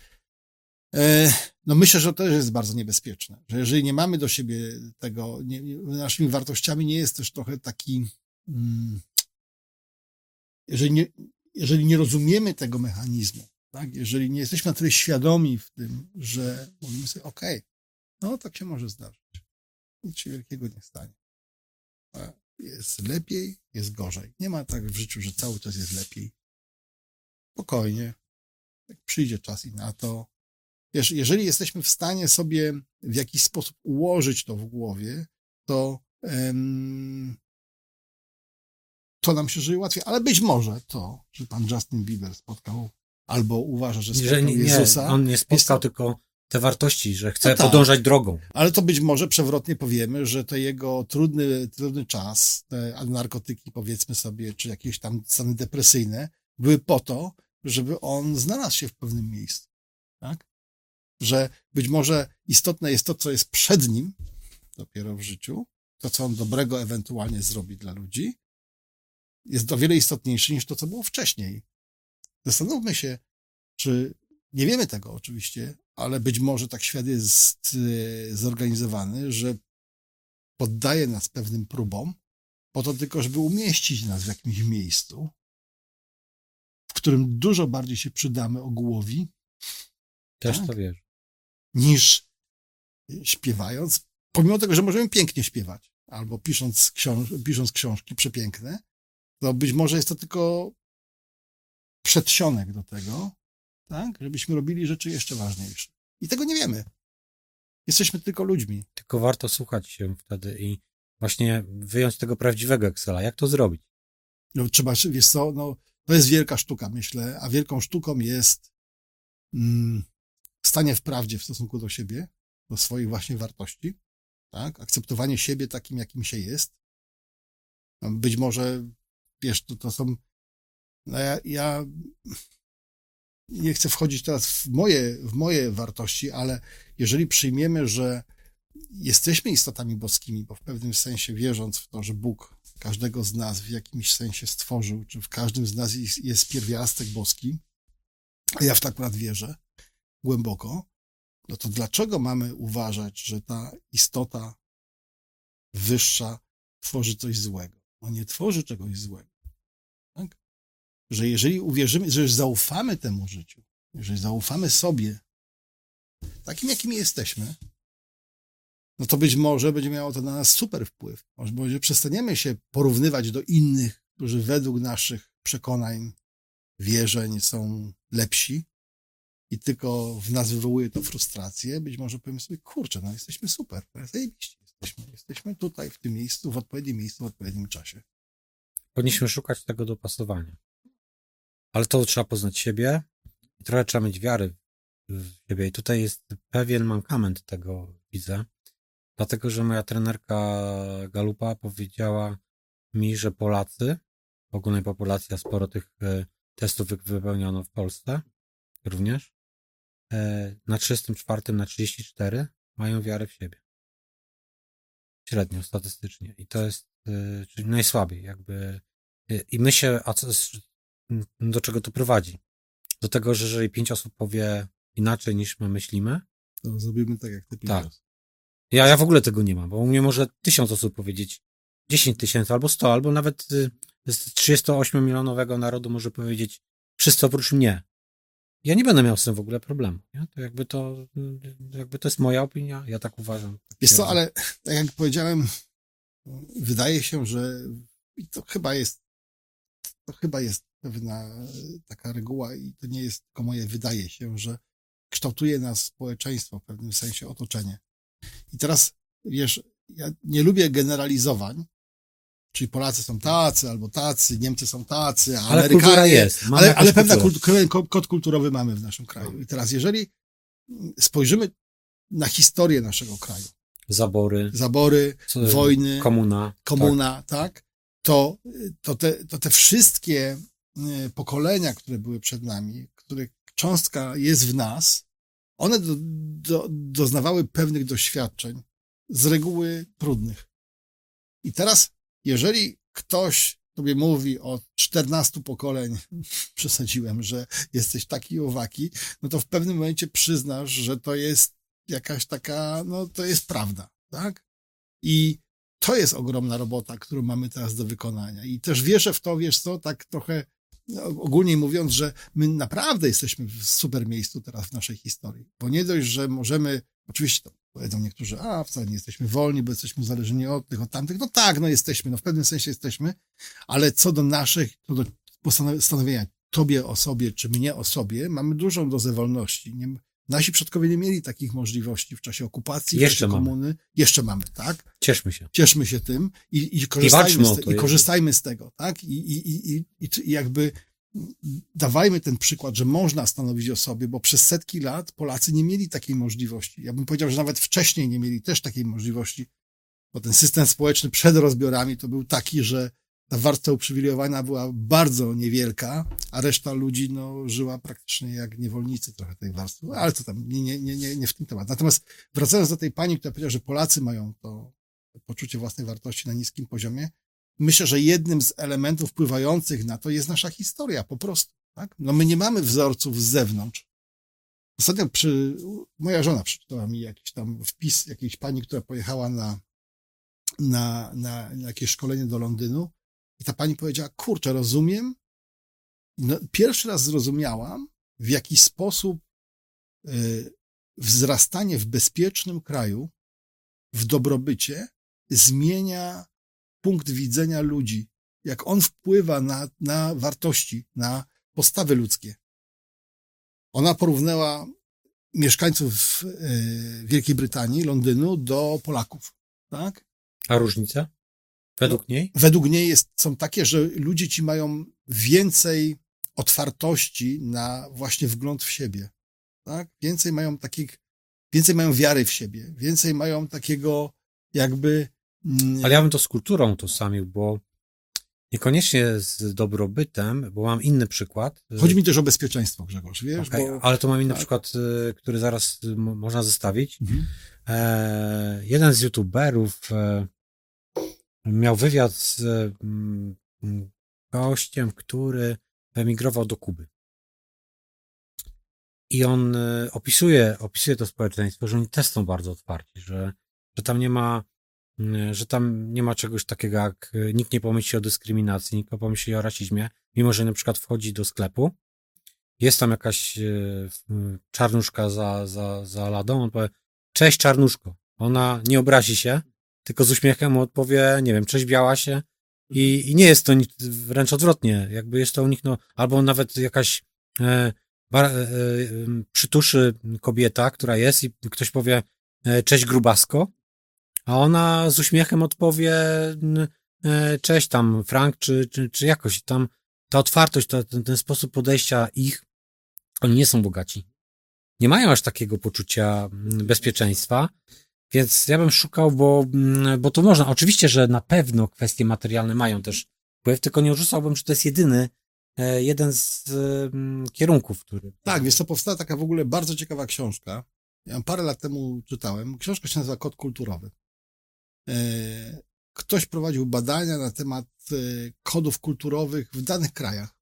e, no myślę, że to też jest bardzo niebezpieczne, że jeżeli nie mamy do siebie tego, nie, naszymi wartościami nie jest też trochę taki, mm, jeżeli nie, jeżeli nie rozumiemy tego mechanizmu, tak? Jeżeli nie jesteśmy na tyle świadomi w tym, że mówimy sobie, okej, okay, no tak się może zdarzyć. Nic się wielkiego nie stanie. Jest lepiej, jest gorzej. Nie ma tak w życiu, że cały czas jest lepiej. Spokojnie. Jak przyjdzie czas i na to. Wiesz, jeżeli jesteśmy w stanie sobie w jakiś sposób ułożyć to w głowie, to um, to nam się żyje łatwiej. Ale być może to, że pan Justin Bieber spotkał albo uważa, że spotkał nie, Jezusa. Nie, on nie spotkał, to, tylko te wartości, że chce no tak, podążać drogą. Ale to być może przewrotnie powiemy, że to jego trudny, trudny czas, te narkotyki powiedzmy sobie, czy jakieś tam stany depresyjne, były po to, żeby on znalazł się w pewnym miejscu, tak? Że być może istotne jest to, co jest przed nim dopiero w życiu, to, co on dobrego ewentualnie zrobi dla ludzi, jest o wiele istotniejsze niż to, co było wcześniej. Zastanówmy się, czy nie wiemy tego oczywiście, ale być może tak świat jest zorganizowany, że poddaje nas pewnym próbom, po to tylko, żeby umieścić nas w jakimś miejscu, w którym dużo bardziej się przydamy ogółowi, Też tak, to wiesz. niż śpiewając, pomimo tego, że możemy pięknie śpiewać, albo pisząc, książ- pisząc książki przepiękne, to być może jest to tylko przedsionek do tego, tak, żebyśmy robili rzeczy jeszcze ważniejsze. I tego nie wiemy. Jesteśmy tylko ludźmi. Tylko warto słuchać się wtedy i właśnie wyjąć tego prawdziwego Excela. Jak to zrobić? No, trzeba, wiesz co, no, to jest wielka sztuka, myślę, a wielką sztuką jest mm, stanie w prawdzie w stosunku do siebie, do swoich właśnie wartości, tak, akceptowanie siebie takim, jakim się jest. Być może, wiesz, to, to są, no ja, ja nie chcę wchodzić teraz w moje, w moje wartości, ale jeżeli przyjmiemy, że jesteśmy istotami boskimi, bo w pewnym sensie wierząc w to, że Bóg każdego z nas w jakimś sensie stworzył, czy w każdym z nas jest, jest pierwiastek boski, a ja w to akurat wierzę głęboko, no to dlaczego mamy uważać, że ta istota wyższa tworzy coś złego? On nie tworzy czegoś złego. Tak? Że jeżeli uwierzymy, że zaufamy temu życiu, jeżeli zaufamy sobie, takim, jakimi jesteśmy, no to być może będzie miało to na nas super wpływ. Może może przestaniemy się porównywać do innych, którzy według naszych przekonań, wierzeń są lepsi i tylko w nas wywołuje to frustrację. Być może powiemy sobie, kurczę, no jesteśmy super, zajebiście jesteśmy. Jesteśmy tutaj, w tym miejscu, w odpowiednim miejscu, w odpowiednim czasie. Powinniśmy szukać tego dopasowania. Ale to trzeba poznać siebie i trochę trzeba mieć wiary w siebie. I tutaj jest pewien mankament tego, widzę. Dlatego, że moja trenerka Galupa powiedziała mi, że Polacy, w ogólnej populacji, a sporo tych testów wypełniono w Polsce również, na trzydziestym czwartym na trzydzieści cztery mają wiarę w siebie. Średnio, statystycznie. I to jest czyli najsłabiej jakby. I my się, a co, do czego to prowadzi? Do tego, że jeżeli pięć osób powie inaczej niż my myślimy, to zrobimy tak, jak te pięć tak. osób. Ja, ja w ogóle tego nie mam, bo u mnie może tysiąc osób powiedzieć, dziesięć tysięcy albo sto, albo nawet z trzydziestoośmiomilionowego narodu może powiedzieć wszyscy oprócz mnie. Ja nie będę miał z tym w ogóle problemu. Nie? To jakby to, jakby to jest moja opinia, ja tak uważam. Wiesz co, ale tak jak powiedziałem, wydaje się, że i to chyba jest, to chyba jest pewna taka reguła i to nie jest tylko moje, wydaje się, że kształtuje nas społeczeństwo w pewnym sensie, otoczenie. I teraz, wiesz, ja nie lubię generalizowań, czyli Polacy są tacy, albo tacy, Niemcy są tacy, a ale Amerykanie... jest. Ale, ale pewien kultur, kod kulturowy mamy w naszym kraju. I teraz, jeżeli spojrzymy na historię naszego kraju, zabory, zabory, co, wojny, komuna, komuna, tak, tak to, to, te, to te wszystkie pokolenia, które były przed nami, których cząstka jest w nas, one do, do, doznawały pewnych doświadczeń, z reguły trudnych. I teraz, jeżeli ktoś tobie mówi o czternastu pokoleń, przesadziłem, że jesteś taki i owaki, no to w pewnym momencie przyznasz, że to jest jakaś taka, no to jest prawda, tak? I to jest ogromna robota, którą mamy teraz do wykonania. I też wierzę w to, wiesz co, tak trochę no, ogólnie mówiąc, że my naprawdę jesteśmy w super miejscu teraz w naszej historii. Bo nie dość, że możemy, oczywiście to powiedzą niektórzy, a wcale nie jesteśmy wolni, bo jesteśmy uzależnieni od tych, od tamtych. No tak, no jesteśmy, no w pewnym sensie jesteśmy, ale co do naszych, co do postanowienia tobie o sobie, czy mnie o sobie, mamy dużą dozę wolności. Nie, nasi przodkowie nie mieli takich możliwości w czasie okupacji, w Jeszcze czasie mamy. komuny. Jeszcze mamy, tak? Cieszmy się. Cieszmy się tym i, i korzystajmy, I z, te, to i korzystajmy z tego, tak? I, i, i, i, i jakby dawajmy ten przykład, że można stanowić o sobie, bo przez setki lat Polacy nie mieli takiej możliwości. Ja bym powiedział, że nawet wcześniej nie mieli też takiej możliwości, bo ten system społeczny przed rozbiorami to był taki, że ta warstwa uprzywilejowana była bardzo niewielka, a reszta ludzi no, żyła praktycznie jak niewolnicy trochę tej warstwy, ale to tam nie, nie, nie, nie w tym temat. Natomiast wracając do tej pani, która powiedziała, że Polacy mają to poczucie własnej wartości na niskim poziomie, myślę, że jednym z elementów wpływających na to jest nasza historia, po prostu. Tak? No my nie mamy wzorców z zewnątrz. Ostatnio przy, moja żona przeczytała mi jakiś tam wpis jakiejś pani, która pojechała na, na, na, na jakieś szkolenie do Londynu i ta pani powiedziała, kurczę, rozumiem, no, pierwszy raz zrozumiałam, w jaki sposób y, wzrastanie w bezpiecznym kraju, w dobrobycie zmienia punkt widzenia ludzi, jak on wpływa na, na wartości, na postawy ludzkie. Ona porównała mieszkańców y, Wielkiej Brytanii, Londynu do Polaków, tak? A różnice? Według no, niej? Według niej jest, są takie, że ludzie ci mają więcej otwartości na właśnie wgląd w siebie, tak? Więcej mają takich, więcej mają wiary w siebie, więcej mają takiego jakby... Mm, Ale ja bym to z kulturą tożsamił, bo niekoniecznie z dobrobytem, bo mam inny przykład. Chodzi mi też o bezpieczeństwo, Grzegorz, wiesz? Okay, bo... Ale to mam inny tak. przykład, który zaraz można zestawić. Mhm. E, jeden z youtuberów e, miał wywiad z mm, gościem, który emigrował do Kuby. I on e, opisuje, opisuje to społeczeństwo, że oni też są bardzo otwarci, że, że tam nie ma że tam nie ma czegoś takiego jak nikt nie pomyśli o dyskryminacji, nikt nie pomyśli o rasizmie, mimo że na przykład wchodzi do sklepu, jest tam jakaś czarnuszka za, za, za ladą, on powie, cześć czarnuszko, ona nie obrazi się, tylko z uśmiechem mu odpowie, nie wiem, cześć białasie i, i nie jest to nic, wręcz odwrotnie, jakby jest to u nich, no, albo nawet jakaś e, bar, e, przytuszy kobieta, która jest i ktoś powie, e, cześć grubasko, a ona z uśmiechem odpowie, cześć tam Frank, czy, czy, czy jakoś tam ta otwartość, ta, ten, ten sposób podejścia ich, oni nie są bogaci. Nie mają aż takiego poczucia bezpieczeństwa, więc ja bym szukał, bo, bo to można. Oczywiście, że na pewno kwestie materialne mają też wpływ, tylko nie odrzucałbym, że to jest jedyny, jeden z kierunków, który... Tak, wiesz co, powstała taka w ogóle bardzo ciekawa książka. Ja ją parę lat temu czytałem. Książka się nazywa Kod kulturowy. Ktoś prowadził badania na temat kodów kulturowych w danych krajach.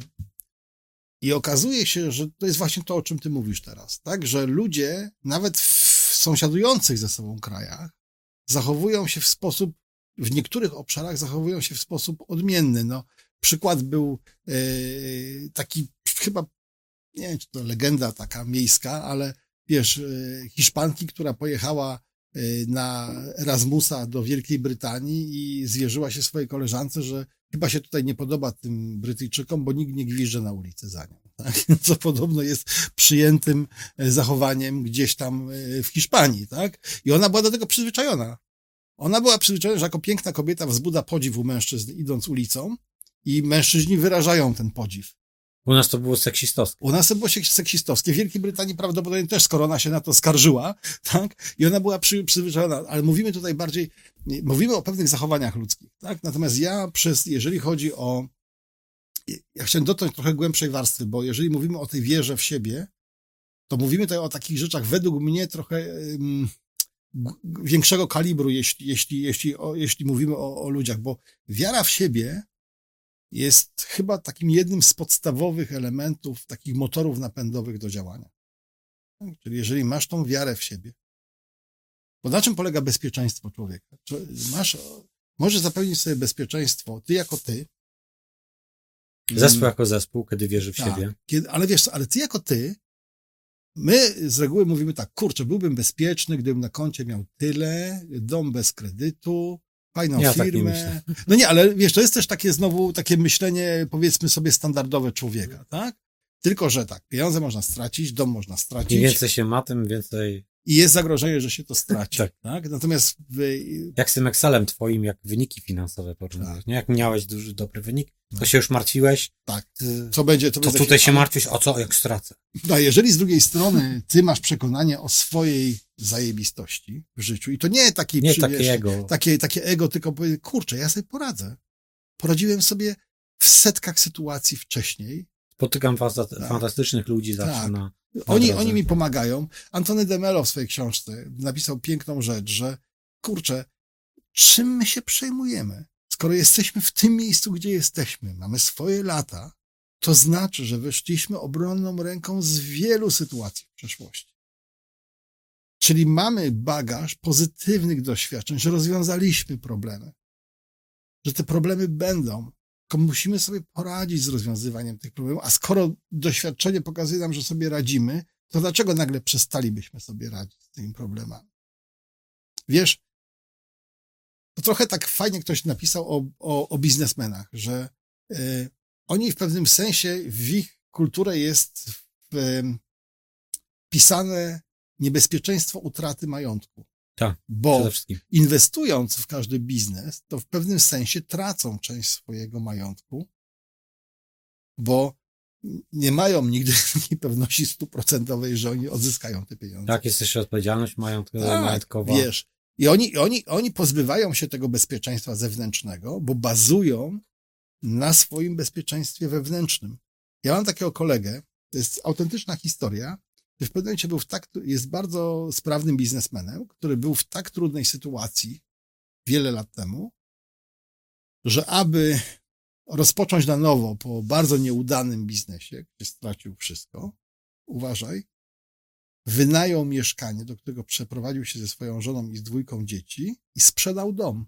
I okazuje się, że to jest właśnie to, o czym ty mówisz teraz, tak? Że ludzie, nawet w sąsiadujących ze sobą krajach, zachowują się w sposób, w niektórych obszarach zachowują się w sposób odmienny. No, przykład był e, taki, chyba, nie wiem, czy to legenda taka miejska, ale wiesz, e, Hiszpanki, która pojechała na Erasmusa do Wielkiej Brytanii i zwierzyła się swojej koleżance, że chyba się tutaj nie podoba tym Brytyjczykom, bo nikt nie gwizdże na ulicy za nią. Tak? Co podobno jest przyjętym zachowaniem gdzieś tam w Hiszpanii. Tak? I ona była do tego przyzwyczajona. Ona była przyzwyczajona, że jako piękna kobieta wzbudza podziw u mężczyzn idąc ulicą i mężczyźni wyrażają ten podziw. U nas to było seksistowskie. U nas to było seksistowskie. W Wielkiej Brytanii prawdopodobnie też, skoro ona się na to skarżyła, tak? I ona była przy, przyzwyczajona, ale mówimy tutaj bardziej, mówimy o pewnych zachowaniach ludzkich, tak? Natomiast ja przez, jeżeli chodzi o, ja chciałem dotknąć trochę głębszej warstwy, bo jeżeli mówimy o tej wierze w siebie, to mówimy tutaj o takich rzeczach według mnie trochę um, większego kalibru, jeśli, jeśli, jeśli, o, jeśli mówimy o, o ludziach, bo wiara w siebie jest chyba takim jednym z podstawowych elementów, takich motorów napędowych do działania. Czyli jeżeli masz tą wiarę w siebie, bo na czym polega bezpieczeństwo człowieka? Masz, możesz zapewnić sobie bezpieczeństwo, ty jako ty. Zespół jako zespół, kiedy wierzy w tak, siebie. Kiedy, ale wiesz co, ale ty jako ty, my z reguły mówimy tak, kurczę, byłbym bezpieczny, gdybym na koncie miał tyle, dom bez kredytu, fajną ja firmę. Tak nie no nie, ale wiesz, to jest też takie znowu takie myślenie, powiedzmy sobie, standardowe człowieka, tak? Tylko, że tak, pieniądze można stracić, dom można stracić. Im więcej się ma, tym więcej... I jest zagrożenie, że się to straci. tak. tak? Natomiast... Wy... Jak z tym Excelem twoim, jak wyniki finansowe porównujesz, tak. nie? Jak miałeś duży, dobry wynik, to no. się już martwiłeś. Tak. Co będzie... To, to tutaj się martwisz, o co, jak stracę. No, jeżeli z drugiej strony ty masz przekonanie o swojej zajebistości w życiu i to nie takie... Nie takie ego. Takie, takie ego, tylko powiedz, kurczę, ja sobie poradzę. poradziłem sobie w setkach sytuacji wcześniej. Spotykam fanta- Tak. fantastycznych ludzi zawsze Tak. na, na Oni, drodze. oni mi pomagają. Antony de Mello w swojej książce napisał piękną rzecz, że kurczę, czym my się przejmujemy? Skoro jesteśmy w tym miejscu, gdzie jesteśmy, mamy swoje lata, to znaczy, że wyszliśmy obronną ręką z wielu sytuacji w przeszłości. Czyli mamy bagaż pozytywnych doświadczeń, że rozwiązaliśmy problemy, że te problemy będą, tylko musimy sobie poradzić z rozwiązywaniem tych problemów, a skoro doświadczenie pokazuje nam, że sobie radzimy, to dlaczego nagle przestalibyśmy sobie radzić z tymi problemami? Wiesz, to trochę tak fajnie ktoś napisał o, o, o biznesmenach, że y, oni w pewnym sensie, w ich kulturę jest wpisane niebezpieczeństwo utraty majątku. Tak, bo przede wszystkim. inwestując w każdy biznes, to w pewnym sensie tracą część swojego majątku, bo nie mają nigdy takiej pewności stuprocentowej, że oni odzyskają te pieniądze. Tak, jest jeszcze odpowiedzialność majątk- Tak, majątkowa. wiesz. I oni, oni, oni pozbywają się tego bezpieczeństwa zewnętrznego, bo bazują na swoim bezpieczeństwie wewnętrznym. Ja mam takiego kolegę, to jest autentyczna historia, który w pewnym momencie był w tak, jest bardzo sprawnym biznesmenem, który był w tak trudnej sytuacji wiele lat temu, że aby rozpocząć na nowo po bardzo nieudanym biznesie, gdzie stracił wszystko, uważaj, wynajął mieszkanie, do którego przeprowadził się ze swoją żoną i z dwójką dzieci i sprzedał dom.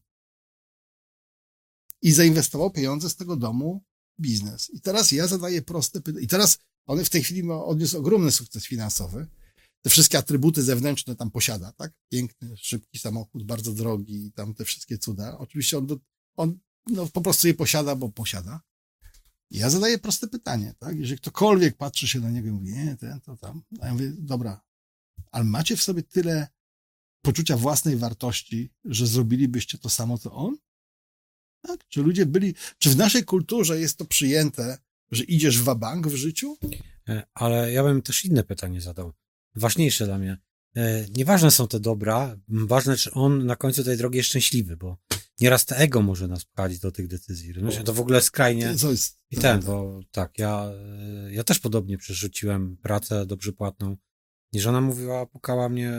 I zainwestował pieniądze z tego domu w biznes. I teraz ja zadaję proste pytanie. I teraz on w tej chwili ma, odniósł ogromny sukces finansowy. Te wszystkie atrybuty zewnętrzne tam posiada, tak? Piękny, szybki samochód, bardzo drogi i tam te wszystkie cuda. Oczywiście on, do, on no, po prostu je posiada, bo posiada. I ja zadaję proste pytanie, tak? Jeżeli ktokolwiek patrzy się na niego i mówi, nie, ten, to tam. A ja mówię, dobra, ale macie w sobie tyle poczucia własnej wartości, że zrobilibyście to samo, co on? Tak? Czy ludzie byli, czy w naszej kulturze jest to przyjęte, że idziesz w wabank w życiu? Ale ja bym też inne pytanie zadał. Ważniejsze dla mnie. Nieważne są te dobra, ważne, czy on na końcu tej drogi jest szczęśliwy, bo nieraz to ego może nas prowadzić do tych decyzji. Myślę, to w ogóle skrajnie. To jest, I ten, bo tak, ja, ja też podobnie przerzuciłem pracę dobrze płatną. I żona mówiła, pukała mnie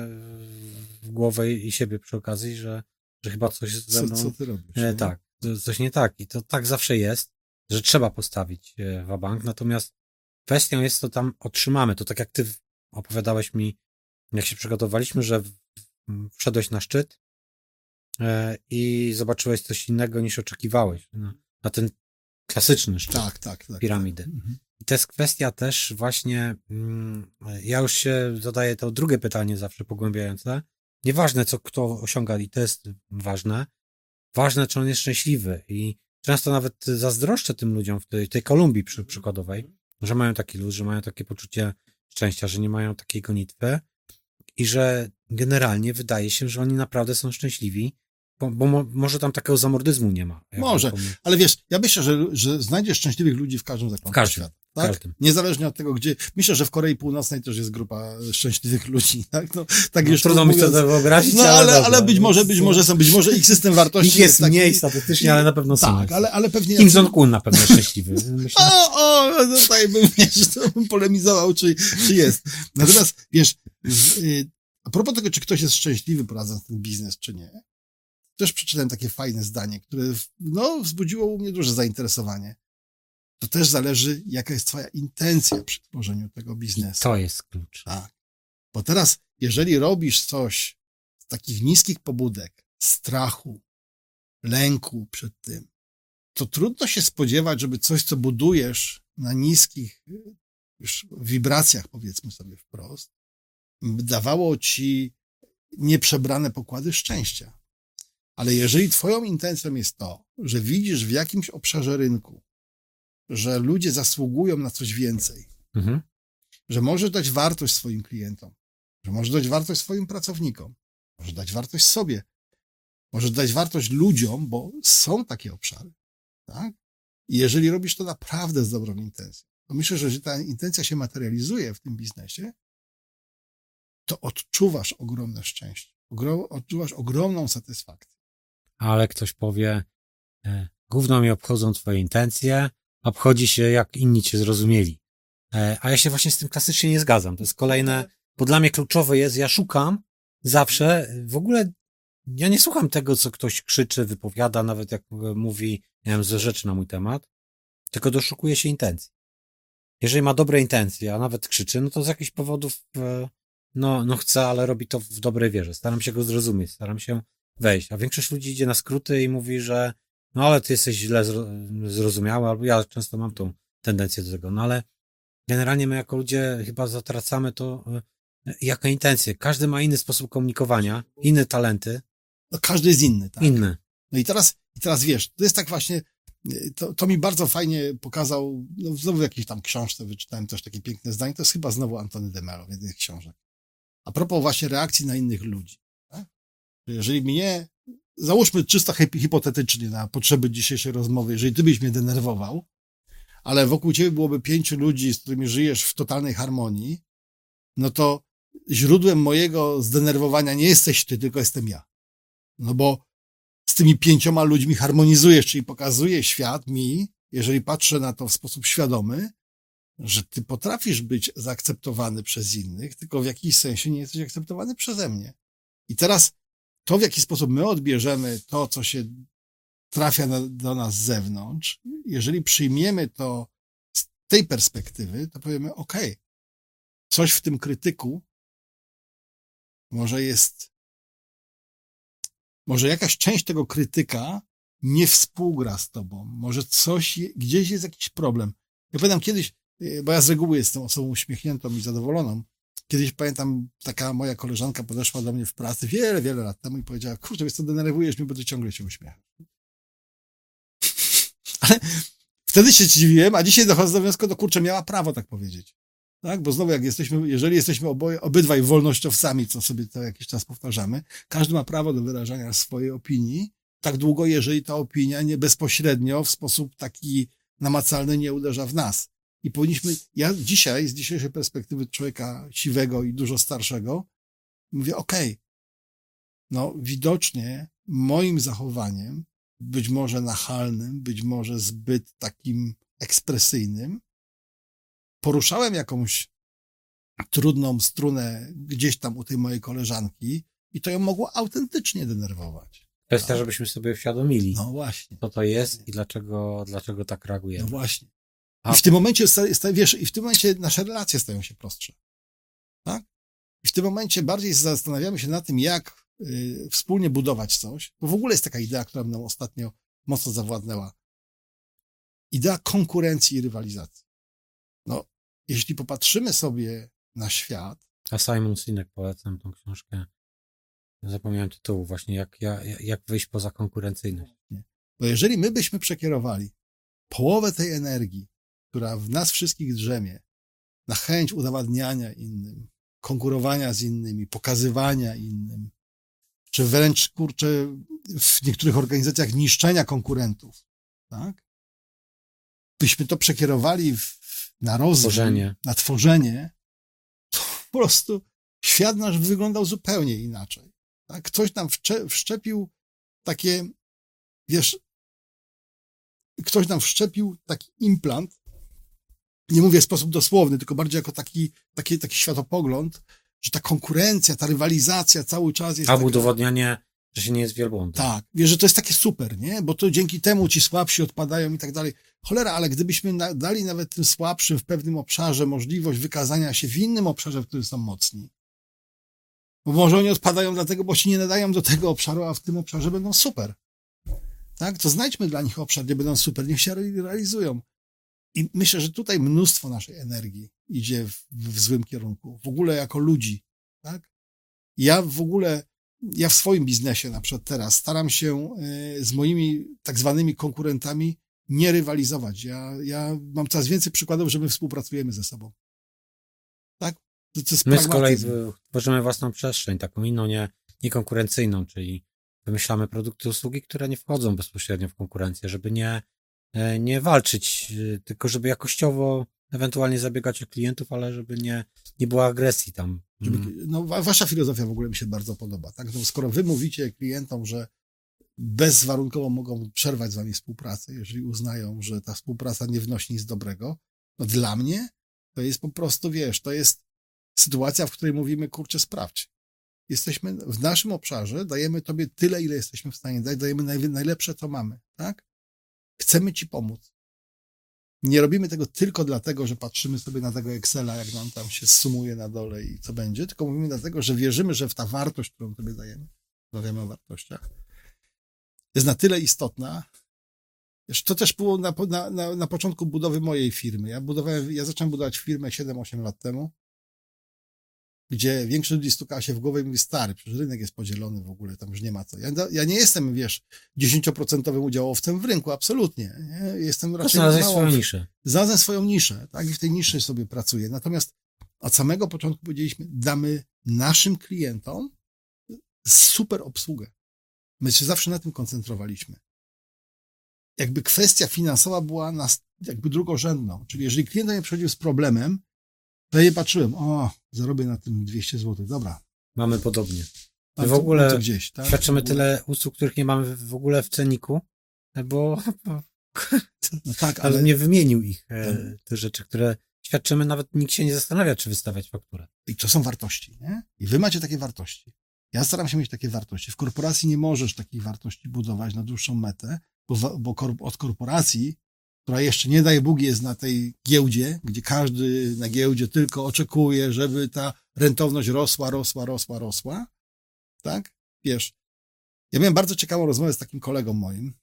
w głowę i siebie przy okazji, że, że chyba coś ze mną... Co, co ty robisz? E, nie? tak, coś nie tak. I to tak zawsze jest, że trzeba postawić wabank. Natomiast kwestią jest, to tam otrzymamy. To tak jak ty opowiadałeś mi, jak się przygotowaliśmy, że wszedłeś na szczyt e, i zobaczyłeś coś innego niż oczekiwałeś. Na, na ten klasyczny szczyt Tak, tak, tak. piramidy. Tak. Mhm. I to jest kwestia też właśnie, mm, ja już się zadaję to drugie pytanie zawsze pogłębiające. Nieważne, co kto osiąga, i to jest ważne. Ważne, czy on jest szczęśliwy. I często nawet zazdroszczę tym ludziom w tej, tej Kolumbii przy, przykładowej, że mają taki luz, że mają takie poczucie szczęścia, że nie mają takiej gonitwy i że generalnie wydaje się, że oni naprawdę są szczęśliwi, bo, bo mo, może tam takiego zamordyzmu nie ma. Może, ale wiesz, ja myślę, że, że znajdziesz szczęśliwych ludzi w każdym zakątku W każdym, świata. w Tak? każdym. Niezależnie od tego, gdzie... Myślę, że w Korei Północnej też jest grupa szczęśliwych ludzi. Tak, no, tak No, już trudno mi mówiąc, to wyobrazić, no, ale, ale, dobra, ale być może, być może są, być może ich system wartości ich jest taki, mniej statystycznie, ale na pewno są. Tak, ale, ale pewnie... Kim Jong-un na pewno szczęśliwy. Myślę. O, o, no tutaj bym, wiesz, to bym polemizował, czy, czy jest. Natomiast, wiesz, z, y, a propos tego, czy ktoś jest szczęśliwy prowadząc ten biznes, czy nie, też przeczytałem takie fajne zdanie, które, no, wzbudziło u mnie duże zainteresowanie. To też zależy, jaka jest twoja intencja przy tworzeniu tego biznesu. To jest klucz. Tak. Bo teraz, jeżeli robisz coś z takich niskich pobudek, strachu, lęku przed tym, to trudno się spodziewać, żeby coś, co budujesz na niskich już wibracjach, powiedzmy sobie wprost, dawało ci nieprzebrane pokłady szczęścia. Ale jeżeli twoją intencją jest to, że widzisz w jakimś obszarze rynku, że ludzie zasługują na coś więcej, Mhm. że możesz dać wartość swoim klientom, że możesz dać wartość swoim pracownikom, możesz dać wartość sobie, możesz dać wartość ludziom, bo są takie obszary, tak? I jeżeli robisz to naprawdę z dobrą intencją, to myślę, że jeżeli ta intencja się materializuje w tym biznesie, to odczuwasz ogromne szczęście, ogrom, odczuwasz ogromną satysfakcję. Ale ktoś powie, e, gówno mnie obchodzą twoje intencje, obchodzi się, jak inni cię zrozumieli. E, a ja się właśnie z tym klasycznie nie zgadzam. To jest kolejne, bo dla mnie kluczowe jest, ja szukam zawsze, w ogóle ja nie słucham tego, co ktoś krzyczy, wypowiada, nawet jak mówi, nie wiem, złe rzeczy na mój temat, tylko doszukuję się intencji. Jeżeli ma dobre intencje, a nawet krzyczy, no to z jakichś powodów, no, no chce, ale robi to w dobrej wierze. Staram się go zrozumieć, staram się wejść. A większość ludzi idzie na skróty i mówi, że no ale ty jesteś źle zrozumiały, albo ja często mam tą tendencję do tego. No ale generalnie my jako ludzie chyba zatracamy to jako intencje. Każdy ma inny sposób komunikowania, inne talenty. No każdy jest inny, tak? Inny. No i teraz, i teraz wiesz, to jest tak właśnie, to, to mi bardzo fajnie pokazał, no znowu w jakiejś tam książce wyczytałem też takie piękne zdanie, to jest chyba znowu Antony de Mello w jednej z książek. A propos właśnie reakcji na innych ludzi. Tak? Jeżeli mnie, załóżmy czysto hipotetycznie na potrzeby dzisiejszej rozmowy, jeżeli ty byś mnie denerwował, ale wokół ciebie byłoby pięciu ludzi, z którymi żyjesz w totalnej harmonii, no to źródłem mojego zdenerwowania nie jesteś ty, tylko jestem ja. No bo z tymi pięcioma ludźmi harmonizujesz, czyli pokazuje świat mi, jeżeli patrzę na to w sposób świadomy, że ty potrafisz być zaakceptowany przez innych, tylko w jakiś sensie nie jesteś akceptowany przeze mnie. I teraz to, w jaki sposób my odbierzemy to, co się trafia na, do nas z zewnątrz, jeżeli przyjmiemy to z tej perspektywy, to powiemy, okej, okay, coś w tym krytyku może jest, może jakaś część tego krytyka nie współgra z tobą, może coś, gdzieś jest jakiś problem. Ja pamiętam kiedyś, bo ja z reguły jestem osobą uśmiechniętą i zadowoloną, kiedyś pamiętam, taka moja koleżanka podeszła do mnie w pracy wiele, wiele lat temu i powiedziała, kurczę, wiesz co, denerwujesz mnie, bo ty ciągle się uśmiechasz. Ale wtedy się dziwiłem, a dzisiaj dochodzę do wniosku, to kurczę, miała prawo tak powiedzieć. Tak? Bo znowu, jak jesteśmy, jeżeli jesteśmy oboje, obydwaj wolnościowcami, co sobie to jakiś czas powtarzamy, każdy ma prawo do wyrażania swojej opinii, tak długo, jeżeli ta opinia nie bezpośrednio, w sposób taki namacalny nie uderza w nas. I powinniśmy, ja dzisiaj, z dzisiejszej perspektywy człowieka siwego i dużo starszego, mówię, okej, okay, no widocznie moim zachowaniem, być może nachalnym, być może zbyt takim ekspresyjnym, poruszałem jakąś trudną strunę gdzieś tam u tej mojej koleżanki i to ją mogło autentycznie denerwować. Kwestia, tak? Żebyśmy sobie uświadomili, no właśnie, co to jest i dlaczego, dlaczego tak reagujemy. No właśnie. I w tym momencie, wiesz, i w tym momencie nasze relacje stają się prostsze. Tak? I w tym momencie bardziej zastanawiamy się nad tym, jak y, wspólnie budować coś, bo w ogóle jest taka idea, która mną ostatnio mocno zawładnęła. Idea konkurencji i rywalizacji. No, jeśli popatrzymy sobie na świat... A Simon Sinek, polecam tą książkę. Zapomniałem tytułu właśnie, jak, jak, jak wyjść poza konkurencyjność. Bo jeżeli my byśmy przekierowali połowę tej energii, która w nas wszystkich drzemie, na chęć udowadniania innym, konkurowania z innymi, pokazywania innym, czy wręcz, kurczę, w niektórych organizacjach niszczenia konkurentów, tak? Byśmy to przekierowali w, na rozwój, tworzenie. na tworzenie, to po prostu świat nasz wyglądał zupełnie inaczej. Tak? Ktoś nam wcze, wszczepił takie, wiesz, ktoś nam wszczepił taki implant, nie mówię w sposób dosłowny, tylko bardziej jako taki, taki, taki światopogląd, że ta konkurencja, ta rywalizacja cały czas jest... Albo udowodnianie, że się nie jest wielbłądem. Tak, wiesz, że to jest takie super, nie? Bo to dzięki temu ci słabsi odpadają i tak dalej. Cholera, ale gdybyśmy na, dali nawet tym słabszym w pewnym obszarze możliwość wykazania się w innym obszarze, w którym są mocni. Bo może oni odpadają dlatego, bo się nie nadają do tego obszaru, a w tym obszarze będą super. Tak? To znajdźmy dla nich obszar, gdzie będą super, niech się realizują. I myślę, że tutaj mnóstwo naszej energii idzie w, w złym kierunku. W ogóle jako ludzi, tak? Ja w ogóle, ja w swoim biznesie na przykład teraz staram się y, z moimi tak zwanymi konkurentami nie rywalizować. Ja, ja mam coraz więcej przykładów, że my współpracujemy ze sobą. Tak? To, to jest my z kolei tworzymy własną przestrzeń, taką inną, nie, niekonkurencyjną, czyli wymyślamy produkty, usługi, które nie wchodzą bezpośrednio w konkurencję, żeby nie nie walczyć, tylko żeby jakościowo ewentualnie zabiegać o klientów, ale żeby nie, nie było agresji tam. Żeby, no wasza filozofia w ogóle mi się bardzo podoba, tak? No, skoro wy mówicie klientom, że bezwarunkowo mogą przerwać z wami współpracę, jeżeli uznają, że ta współpraca nie wnosi nic dobrego. No dla mnie to jest po prostu, wiesz, to jest sytuacja, w której mówimy, kurczę, sprawdź. Jesteśmy w naszym obszarze, dajemy tobie tyle, ile jesteśmy w stanie dać, dajemy naj, najlepsze, co mamy, tak? Chcemy ci pomóc. Nie robimy tego tylko dlatego, że patrzymy sobie na tego Excela, jak nam tam się sumuje na dole i co będzie, tylko mówimy dlatego, że wierzymy, że w ta wartość, którą tobie dajemy, rozmawiamy o wartościach, jest na tyle istotna. Wiesz, to też było na, na, na, na początku budowy mojej firmy. Ja budowałem, ja zacząłem budować firmę siedem osiem lat temu, gdzie większość ludzi stuka się w głowę i mówi, stary, przecież rynek jest podzielony w ogóle, tam już nie ma co. Ja, ja nie jestem, wiesz, dziesięcioprocentowym udziałowcem w rynku, absolutnie. Nie? Jestem raczej znalazłeś swoją niszę. Znalazłem swoją niszę, tak? I w tej niszy sobie pracuję. Natomiast od samego początku powiedzieliśmy, damy naszym klientom super obsługę. My się zawsze na tym koncentrowaliśmy. Jakby kwestia finansowa była nas jakby drugorzędną. Czyli jeżeli klient do mnie przychodził z problemem, to ja patrzyłem, o, zarobię na tym dwieście złotych, dobra. Mamy podobnie. My A w to, ogóle to gdzieś, tak? świadczymy w ogóle... tyle usług, których nie mamy w ogóle w cenniku, bo no tak, ale ale nie wymienił ich, e, te rzeczy, które świadczymy, nawet nikt się nie zastanawia, czy wystawiać fakturę. I to są wartości, nie? I wy macie takie wartości. Ja staram się mieć takie wartości. W korporacji nie możesz takich wartości budować na dłuższą metę, bo, bo kor, od korporacji, która jeszcze nie daj Bóg jest na tej giełdzie, gdzie każdy na giełdzie tylko oczekuje, żeby ta rentowność rosła, rosła, rosła, rosła, tak? Wiesz, ja miałem bardzo ciekawą rozmowę z takim kolegą moim,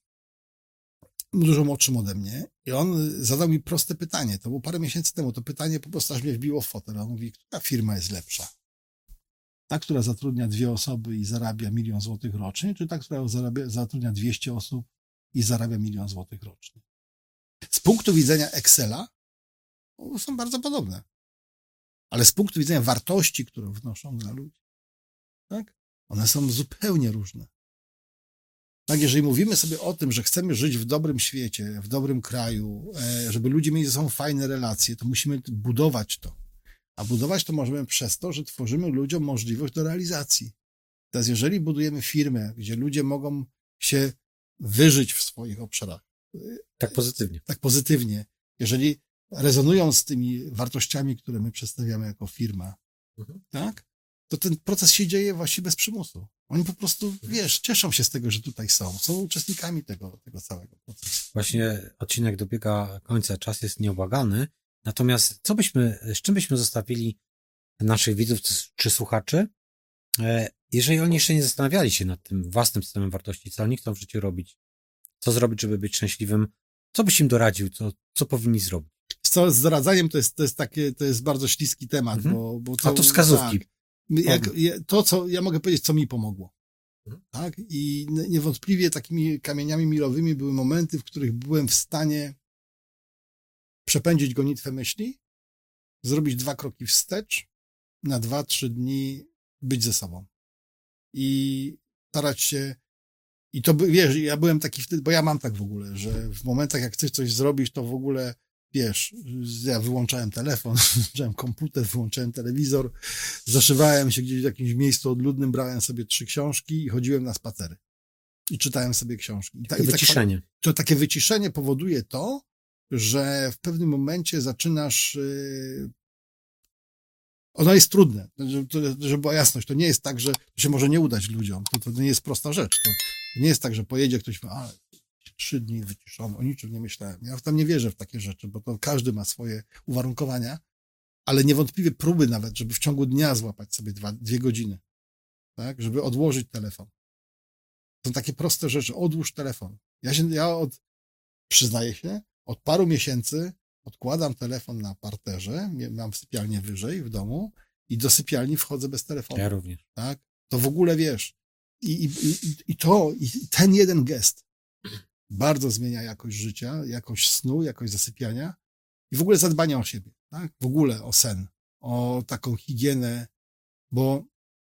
dużo młodszym ode mnie, i on zadał mi proste pytanie, to było parę miesięcy temu, to pytanie po prostu aż mnie wbiło w fotel. On mówi, która firma jest lepsza? Ta, która zatrudnia dwie osoby i zarabia milion złotych rocznie, czy ta, która zarabia, zatrudnia dwieście osób i zarabia milion złotych rocznie? Z punktu widzenia Excela są bardzo podobne. Ale z punktu widzenia wartości, które wnoszą dla ludzi, tak? One są zupełnie różne. Tak, jeżeli mówimy sobie o tym, że chcemy żyć w dobrym świecie, w dobrym kraju, żeby ludzie mieli ze sobą fajne relacje, to musimy budować to. A budować to możemy przez to, że tworzymy ludziom możliwość do realizacji. Teraz jeżeli budujemy firmę, gdzie ludzie mogą się wyżyć w swoich obszarach. Tak pozytywnie. Tak pozytywnie. Jeżeli rezonują z tymi wartościami, które my przedstawiamy jako firma, mhm. tak? To ten proces się dzieje właściwie bez przymusu. Oni po prostu, wiesz, cieszą się z tego, że tutaj są. Są uczestnikami tego, tego całego procesu. Właśnie odcinek dobiega końca, czas jest nieubłagany. Natomiast co byśmy, z czym byśmy zostawili naszych widzów czy słuchaczy, jeżeli oni jeszcze nie zastanawiali się nad tym własnym systemem wartości, co oni chcą w życiu robić, co zrobić, żeby być szczęśliwym, co byś im doradził, co, co powinni zrobić? Co z doradzaniem to jest, to jest takie, to jest bardzo śliski temat, mhm. bo, bo to, A to wskazówki. Tak, jak, to, co ja mogę powiedzieć, co mi pomogło. Mhm. Tak? I niewątpliwie takimi kamieniami milowymi były momenty, w których byłem w stanie przepędzić gonitwę myśli, zrobić dwa kroki wstecz, na dwa, trzy dni być ze sobą. I starać się, i to, wiesz, ja byłem taki wtedy, bo ja mam tak w ogóle, że w momentach, jak chcesz coś zrobić, to w ogóle, wiesz, ja wyłączałem telefon, wyłączałem komputer, wyłączałem telewizor, zaszywałem się gdzieś w jakimś miejscu odludnym, brałem sobie trzy książki i chodziłem na spacery. I czytałem sobie książki. I, ta, I wyciszenie. Tak, to takie wyciszenie powoduje to, że w pewnym momencie zaczynasz... Yy, ono jest trudne, żeby była jasność. To nie jest tak, że to się może nie udać ludziom. To, to nie jest prosta rzecz. To nie jest tak, że pojedzie ktoś, ale trzy dni wyciszony, o niczym nie myślałem. Ja tam nie wierzę w takie rzeczy, bo to każdy ma swoje uwarunkowania, ale niewątpliwie próby nawet, żeby w ciągu dnia złapać sobie dwa, dwie godziny, tak, żeby odłożyć telefon. Są takie proste rzeczy. Odłóż telefon. Ja się, ja od, przyznaję się, od paru miesięcy odkładam telefon na parterze, mam sypialnię wyżej w domu i do sypialni wchodzę bez telefonu. Ja również. Tak? To w ogóle wiesz. I, i, i, i to, i ten jeden gest bardzo zmienia jakość życia, jakość snu, jakość zasypiania i w ogóle zadbania o siebie. Tak? W ogóle o sen, o taką higienę, bo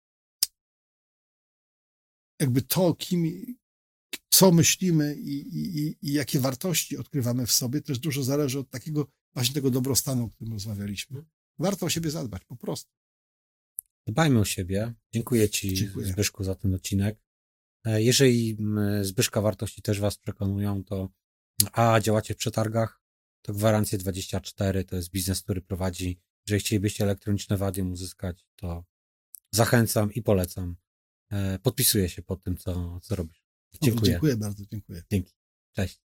jakby to, kim, co myślimy i, i, i jakie wartości odkrywamy w sobie, też dużo zależy od takiego właśnie tego dobrostanu, o którym rozmawialiśmy. Warto o siebie zadbać, po prostu. Dbajmy o siebie. Dziękuję Ci, Dziękuję. Zbyszku, za ten odcinek. E, Jeżeli m, Zbyszka wartości też was przekonują, to a działacie w przetargach, to gwarancje dwadzieścia cztery to jest biznes, który prowadzi. Jeżeli chcielibyście elektroniczne wadium uzyskać, to zachęcam i polecam. E, Podpisuję się pod tym, co, co robisz. No, Dziękuję. Dziękuję bardzo, dziękuję. Dzięki. Cześć.